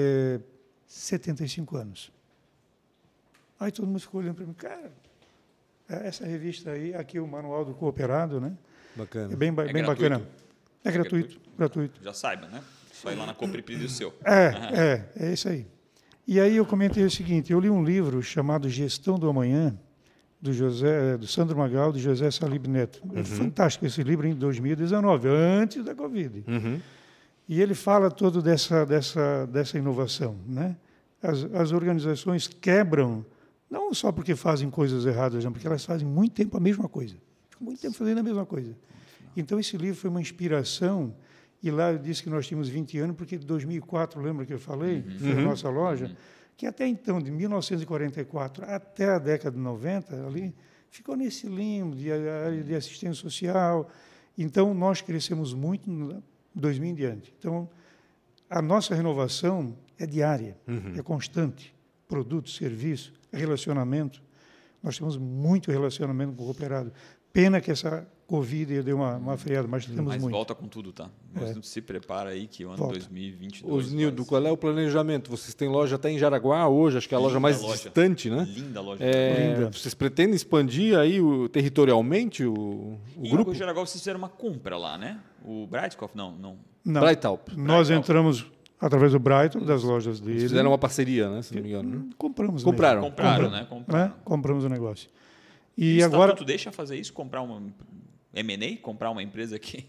75 anos. Aí todo mundo ficou olhando para mim, cara, essa revista aí, aqui é o Manual do Cooperado, né? Bacana. É bem bacana. É gratuito. Já saiba, né? Só ir lá na Cooper e pedir o seu. É isso aí. E aí eu comentei o seguinte, eu li um livro chamado Gestão do Amanhã, do Sandro Magal, de José Salib Neto. É fantástico esse livro, em 2019, antes da Covid. E ele fala todo dessa inovação, né? As organizações quebram, não só porque fazem coisas erradas, não, porque elas fazem muito tempo a mesma coisa. Ficam muito tempo fazendo a mesma coisa. Então, esse livro foi uma inspiração. E lá eu disse que nós tínhamos 20 anos, porque de 2004, lembra que eu falei? Foi a nossa loja. Que até então, de 1944 até a década de 90, ali, ficou nesse limbo de assistência social. Então, nós crescemos muito em 2000 em diante. Então, a nossa renovação é diária, é constante. Produto, serviço, relacionamento. Nós temos muito relacionamento com o cooperado. Pena que essa Covid deu uma freada, mas temos mas muito. volta com tudo, tá? Se prepara aí que o ano 2022... Osnildo, qual é o planejamento? Vocês têm loja até em Jaraguá hoje, acho que é a loja mais distante, né? Linda loja. Linda. Vocês pretendem expandir aí territorialmente o grupo? Em Jaraguá vocês fizeram uma compra lá, né? O Breitkopf, não. Breithaupt. Nós entramos através do Brighton, das lojas dele. Vocês fizeram uma parceria, né? Se não me engano. Né? Compramos. Compraram. Compraram, né? Compramos o negócio. E o agora... estatuto deixa fazer isso? Comprar uma M&A? Comprar uma empresa aqui?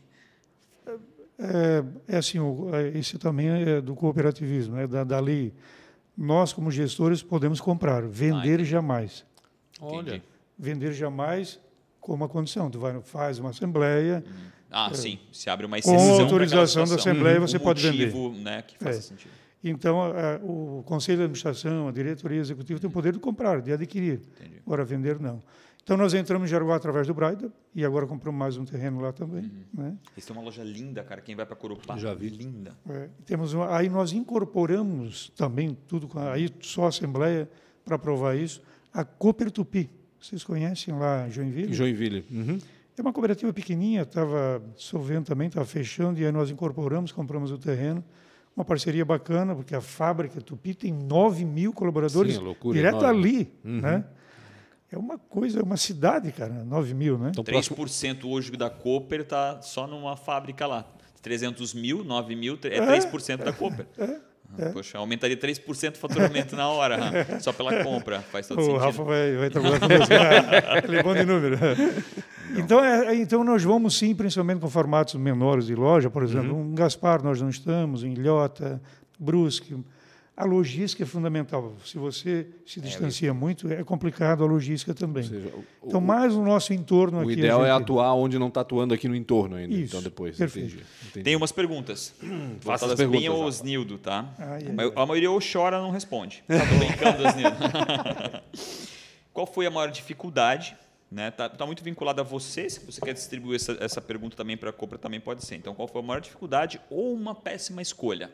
É assim, isso também é do cooperativismo, é da lei. Nós, como gestores, podemos comprar, vender jamais. Olha. Entendi. Vender jamais com uma condição. Tu faz uma assembleia, Sim. Se abre uma Com exceção autorização da Assembleia, você um pode vender. motivo, né, que faça sentido. Então, o Conselho de Administração, a diretoria executiva tem o poder de comprar, de adquirir. Entendi. Agora, vender, não. Então, nós entramos em Jaraguá através do Braida e agora compramos mais um terreno lá também. Né? Eles têm uma loja linda, cara. Quem vai para Corupá? Já vi. Linda. Aí nós incorporamos também, aí só a Assembleia para aprovar isso, a Cooper Tupi. Vocês conhecem lá em Joinville? Joinville. Uhum. É uma cooperativa pequenininha, estava solvendo também, estava fechando, e aí nós incorporamos, compramos o terreno. Uma parceria bacana, porque a fábrica Tupi tem 9.000 colaboradores. Sim, loucura, direto enorme. ali. Né? É uma coisa, é uma cidade, cara, 9.000, né? Então, 3% hoje da Cooper está só numa fábrica lá. 300 mil, 9 mil, é 3% da Cooper. Poxa, aumentaria 3% do faturamento na hora, só pela compra. Faz todo O sentido. Rafa vai trabalhar conosco. Ele é bom de número. Então, nós vamos sim, principalmente com formatos menores de loja, por exemplo, em Gaspar nós não estamos, em Ilhota, Brusque. A logística é fundamental. Se você se distancia muito, é complicado a logística também. Ou seja, Então, mais o nosso entorno aqui. O ideal é atuar onde não está atuando aqui no entorno ainda. Isso, Então, depois. perfeito. Entendi. Tem umas perguntas. Faça as Voltadas perguntas, bem ao Rafa. Osnildo, tá? Ai, A maioria ou chora ou não responde. Tá brincando, Osnildo. Qual foi a maior dificuldade? Né? Tá muito vinculado a você. Se você quer distribuir essa pergunta também para a Cooper, também pode ser. Então, qual foi a maior dificuldade ou uma péssima escolha?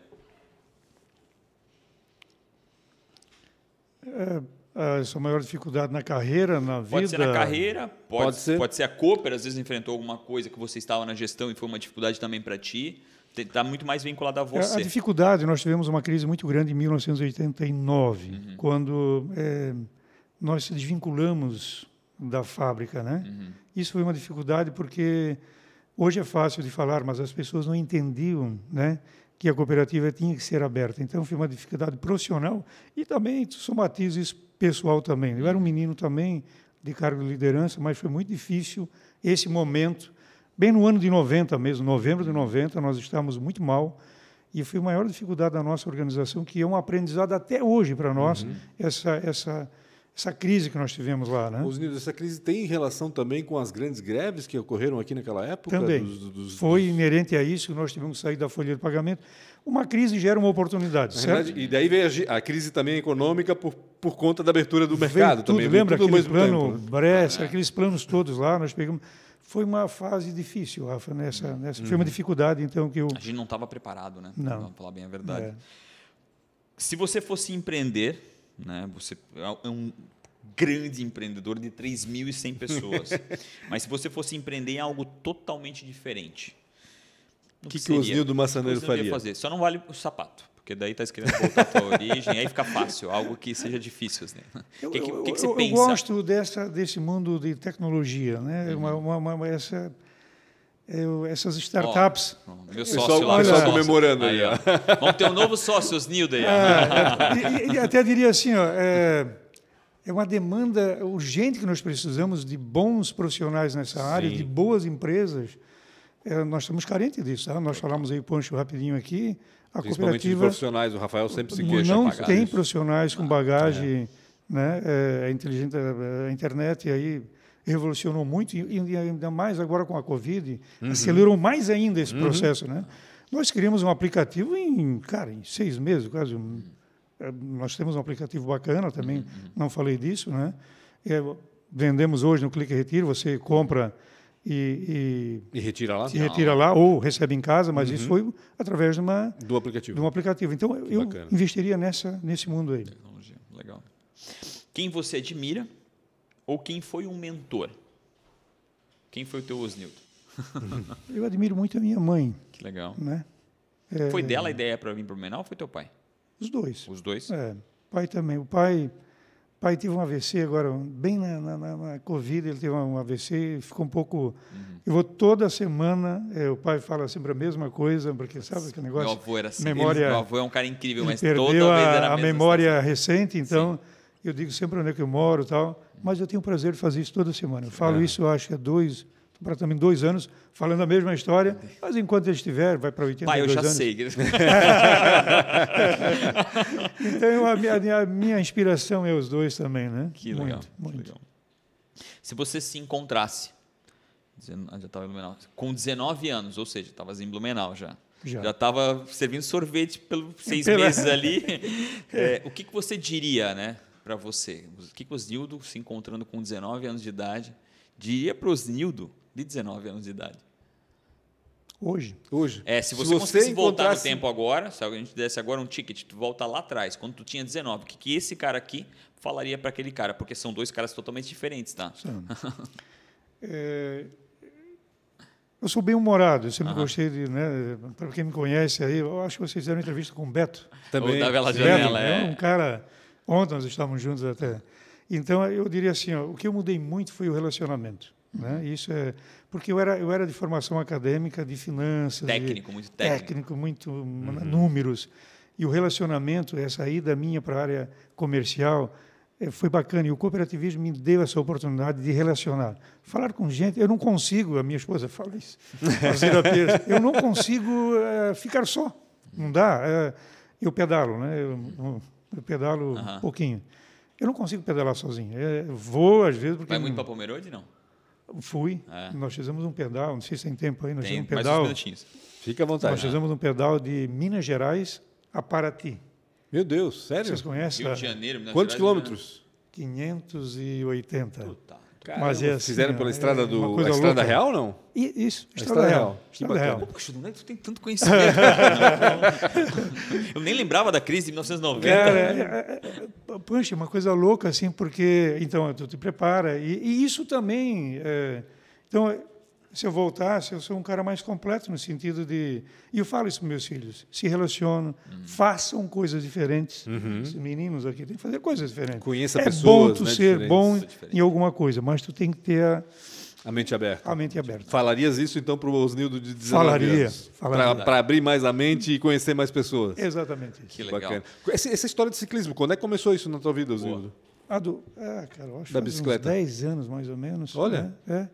A sua maior dificuldade na carreira, na vida? Pode ser na carreira, Pode ser. pode ser a Cooper, às vezes enfrentou alguma coisa que você estava na gestão e foi uma dificuldade também para ti. Está muito mais vinculado a você. A dificuldade, nós tivemos uma crise muito grande em 1989, quando nós se desvinculamos da fábrica. Né? Isso foi uma dificuldade porque hoje é fácil de falar, mas as pessoas não entendiam, né, que a cooperativa tinha que ser aberta. Então, foi uma dificuldade profissional e também somatizo isso pessoal também. Eu era um menino também de cargo de liderança, mas foi muito difícil esse momento. Bem no ano de 90 mesmo, novembro de 90, nós estávamos muito mal e foi a maior dificuldade da nossa organização, que é um aprendizado até hoje para nós, essa crise que nós tivemos lá. Né? Osnildo, essa crise tem relação também com as grandes greves que ocorreram aqui naquela época? Também. Foi inerente a isso que nós tivemos que sair da folha de pagamento. Uma crise gera uma oportunidade, certo? Verdade, e daí veio a crise também econômica por conta da abertura do mercado. Veio tudo, também. lembra tudo ao aquele mesmo plano tempo, né? Bresser, aqueles planos todos lá, nós pegamos. Foi uma fase difícil, Rafa, foi uma dificuldade, então, que eu... A gente não estava preparado, né? Não. Vamos falar bem a verdade. É. Se você fosse empreender, né, você é um grande empreendedor de 3.100 pessoas, mas se você fosse empreender em algo totalmente diferente, O que o Osnildo Massaneiro faria? Fazer? Só não vale o sapato, porque daí está escrito voltar à tua origem, aí fica fácil, algo que seja difícil. Né? O que você pensa? Eu gosto desse mundo de tecnologia, né? Essas startups. Meu Pessoal, sócio lá. pessoal meu sócio. comemorando aí. Ó. Vamos ter um novo sócio, Osnildo aí. E até diria assim, ó, é uma demanda urgente que nós precisamos de bons profissionais nessa área, Sim. de boas empresas. Nós estamos carentes disso. Tá? Nós falamos aí, Pancho, rapidinho aqui. A Principalmente de cooperativa profissionais, o Rafael sempre se queixa. não pagar tem isso. profissionais com bagagem, né? A internet aí revolucionou muito e ainda mais agora com a Covid, acelerou mais ainda esse processo, né? Nós criamos um aplicativo em 6 meses, quase. Nós temos um aplicativo bacana também, não falei disso, né? Vendemos hoje no Clique Retiro, você compra e retira lá? se retira lá ou recebe em casa, mas isso foi através Do aplicativo. de um aplicativo. Então, eu bacana. investiria nesse mundo aí. Tecnologia, legal. Quem você admira ou quem foi um mentor? Quem foi o teu Osnildo? Eu admiro muito a minha mãe. Que legal. Né? Foi dela a ideia para vir para o Menal ou foi teu pai? Os dois. Os dois? Pai também. O pai teve um AVC agora, bem na Covid, ele teve um AVC, ficou um pouco... Eu vou toda semana, o pai fala sempre a mesma coisa, porque sabe aquele negócio... Meu avô era assim. Memória, Meu avô é um cara incrível, mas perdeu toda vez era a mesma memória situação. recente, então eu digo sempre onde é que eu moro e tal, mas eu tenho o prazer de fazer isso toda semana. Eu falo isso, eu acho, há praticamente 2 anos, falando a mesma história, mas enquanto ele estiver, vai para 82 Pai, eu já anos. sei. Então, a minha inspiração é os dois também, né? Que legal. Muito. Legal. Se você se encontrasse Já estava em Blumenau. Com 19 anos, ou seja, estava em Blumenau já. Já. Já estava servindo sorvete pelos 6 meses ali. O que você diria, né, para você? O que o Osnildo, se encontrando com 19 anos de idade, diria para o Osnildo de 19 anos de idade? Hoje? Se você conseguisse voltar no tempo agora, se a gente desse agora um ticket, tu volta lá atrás, quando tu tinha 19, o que esse cara aqui falaria para aquele cara? Porque são 2 caras totalmente diferentes, tá? Eu sou bem-humorado, eu sempre gostei de, né, para quem me conhece aí, eu acho que vocês fizeram entrevista com o Beto. Também. Da Bela Beto, Janela, um cara, ontem nós estávamos juntos até. Então, eu diria assim, o que eu mudei muito foi o relacionamento. Né? Isso porque eu era de formação acadêmica, de finanças, muito técnico, números, e o relacionamento, essa ida minha para a área comercial, foi bacana, e o cooperativismo me deu essa oportunidade de relacionar, falar com gente. Eu não consigo, a minha esposa fala isso, eu não consigo ficar só, não dá. Eu pedalo, né? Eu pedalo um pouquinho. Eu não consigo pedalar sozinho. Vou às vezes porque vai muito para Pomerode, não? Fui. Nós fizemos um pedal, não sei se tem tempo aí, nós fizemos um mais pedal. uns minutinhos. Fica à vontade. Nós fizemos um pedal de Minas Gerais a Paraty. Meu Deus, sério? Vocês conhecem? Rio de Janeiro, Minas Quantos Gerais, quilômetros? 580. Puta. Caramba, Mas assim, fizeram pela estrada uma coisa Estrada louca. Real, não? Isso, Estrada Real. Estrada Real. Poxa, não é que tu tem tanto conhecimento. Eu nem lembrava da crise de 1990. Cara, puxa, uma coisa louca, assim, porque então tu te prepara e isso também. Então, se eu voltasse, eu sou um cara mais completo no sentido de. E eu falo isso para meus filhos: se relacionam, façam coisas diferentes. Esses meninos aqui têm que fazer coisas diferentes. Conheça pessoas. Bom Tu ser bom em alguma coisa, mas tu tem que ter a mente aberta. A mente aberta. Falarias isso então para o Osnildo de 19 anos? Falaria. Para abrir mais a mente e conhecer mais pessoas. Exatamente isso. Que legal. Bacana. Essa história de ciclismo, quando é que começou isso na tua vida, Osnildo? Cara, eu acho da que bicicleta. Uns 10 anos mais ou menos. Olha. Né?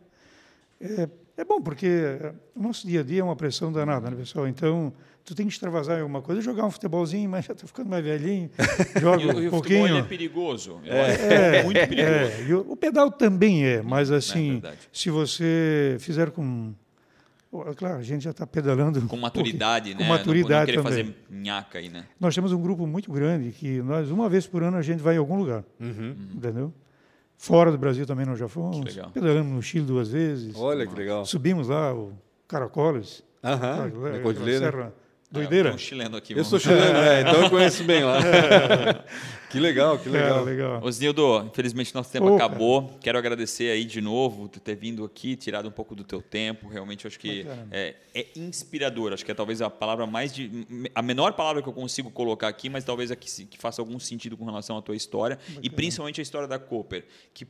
É bom, porque o nosso dia a dia é uma pressão danada, né, pessoal? Então, tu tem que extravasar em alguma coisa, jogar um futebolzinho, mas já estou ficando mais velhinho, jogo um pouquinho. O futebol é perigoso. É muito perigoso. E o pedal também mas assim, se você fizer com... Claro, a gente já está pedalando... Com maturidade, né? Com maturidade não também. Fazer nhaca aí, né? Nós temos um grupo muito grande que nós, uma vez por ano, a gente vai em algum lugar. Entendeu? Fora do Brasil também nós já fomos. Pedalamos no Chile 2 vezes. Olha que legal. Subimos lá o Caracoles. Na Cordilheira. Serra Doideira. Eu sou chileno aqui. Eu sou chileno, então eu conheço bem lá. Que legal, que legal. Legal. Osnildo, infelizmente nosso tempo acabou. Quero agradecer aí de novo por ter vindo aqui, tirado um pouco do teu tempo. Realmente eu acho que é inspirador. Acho que é talvez a palavra a menor palavra que eu consigo colocar aqui, mas talvez a que faça algum sentido com relação à tua história. Bacana. E principalmente a história da Cooper, que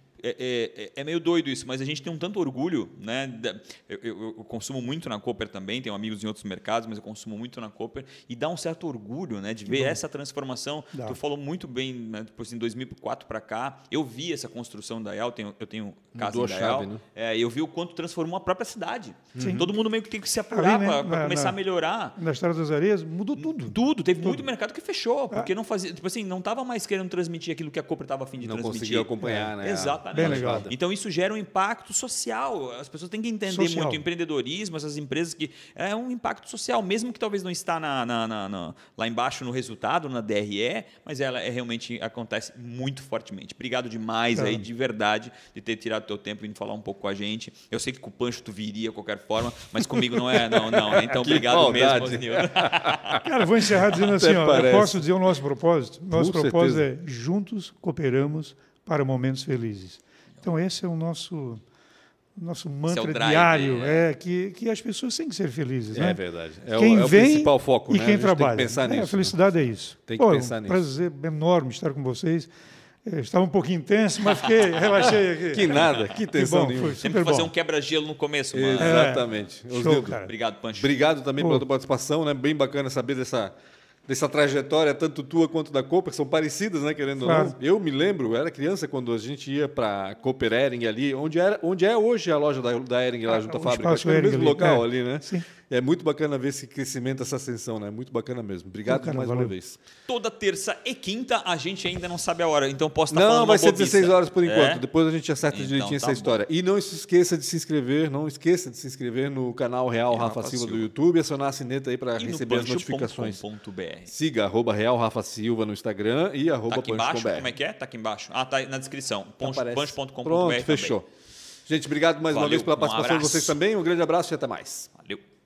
é meio doido isso, mas a gente tem um tanto orgulho, né? Eu consumo muito na Cooper também, tenho amigos em outros mercados, mas eu consumo muito na Cooper e dá um certo orgulho, né, de ver essa transformação. Tu falou muito bem, né, depois em 2004 para cá, eu vi essa construção da Dayal, eu tenho casa em Dayal, né? Eu vi o quanto transformou a própria cidade. Todo mundo meio que tem que se apurar para começar a melhorar. Na Estrada das Areias mudou tudo. Teve muito mercado que fechou, porque não fazia, tipo assim, não estava mais querendo transmitir aquilo que a Cooper estava a fim de transmitir. Não conseguia acompanhar, né? Exatamente. Bem legal. Então isso gera um impacto social. As pessoas têm que entender muito o empreendedorismo, essas empresas que é um impacto social, mesmo que talvez não está lá embaixo no resultado, na DRE, mas ela realmente acontece muito fortemente. Obrigado demais aí, de verdade, de ter tirado o teu tempo e vindo falar um pouco com a gente. Eu sei que com o Pancho tu viria de qualquer forma, mas comigo não é, não. Então obrigado mesmo, Osnildo. Cara, vou encerrar dizendo assim, eu posso dizer o nosso propósito? Nosso propósito é juntos cooperamos para momentos felizes. Então, esse é o nosso mantra diário, que as pessoas têm que ser felizes. Né? É verdade. Quem é o vem principal foco, e né? quem trabalha. Tem que pensar nisso, a felicidade é isso. Tem que pensar nisso. É um prazer enorme estar com vocês. Estava um pouquinho tenso, mas relaxei aqui. Que nada, que tensão nenhuma. Sempre fazer um quebra-gelo no começo. Mano. Exatamente. Show, cara. Obrigado, Pancho. Obrigado também pela tua participação, né? Bem bacana saber dessa trajetória, tanto tua quanto da Cooper, que são parecidas, né, querendo ou não. Eu me lembro, eu era criança quando a gente ia para a Cooper Hering ali, onde é hoje a loja da Hering lá junto à fábrica, acho que é no mesmo local ali, né? Sim. É muito bacana ver esse crescimento, essa ascensão, né? Muito bacana mesmo. Obrigado Cara, mais uma valeu. vez. Toda terça e quinta a gente ainda não sabe a hora, então posso estar Não, falando vai uma ser bobiça. 16 horas por enquanto. É? Depois a gente acerta Então direitinho tá essa bom. história. E não se esqueça de se inscrever, no canal Real Rafa Silva do YouTube e acionar a sineta aí para E no receber as notificações. punch.com.br. Siga @Real Rafa Silva no Instagram e Tá aqui embaixo? @punch.com.br. Como é que é? Tá aqui embaixo. Ah, tá na descrição. Aparece. punch.com.br. Pronto, fechou. Gente, obrigado mais uma Valeu, vez pela um participação de abraço. vocês também. Um grande abraço e até mais. Valeu.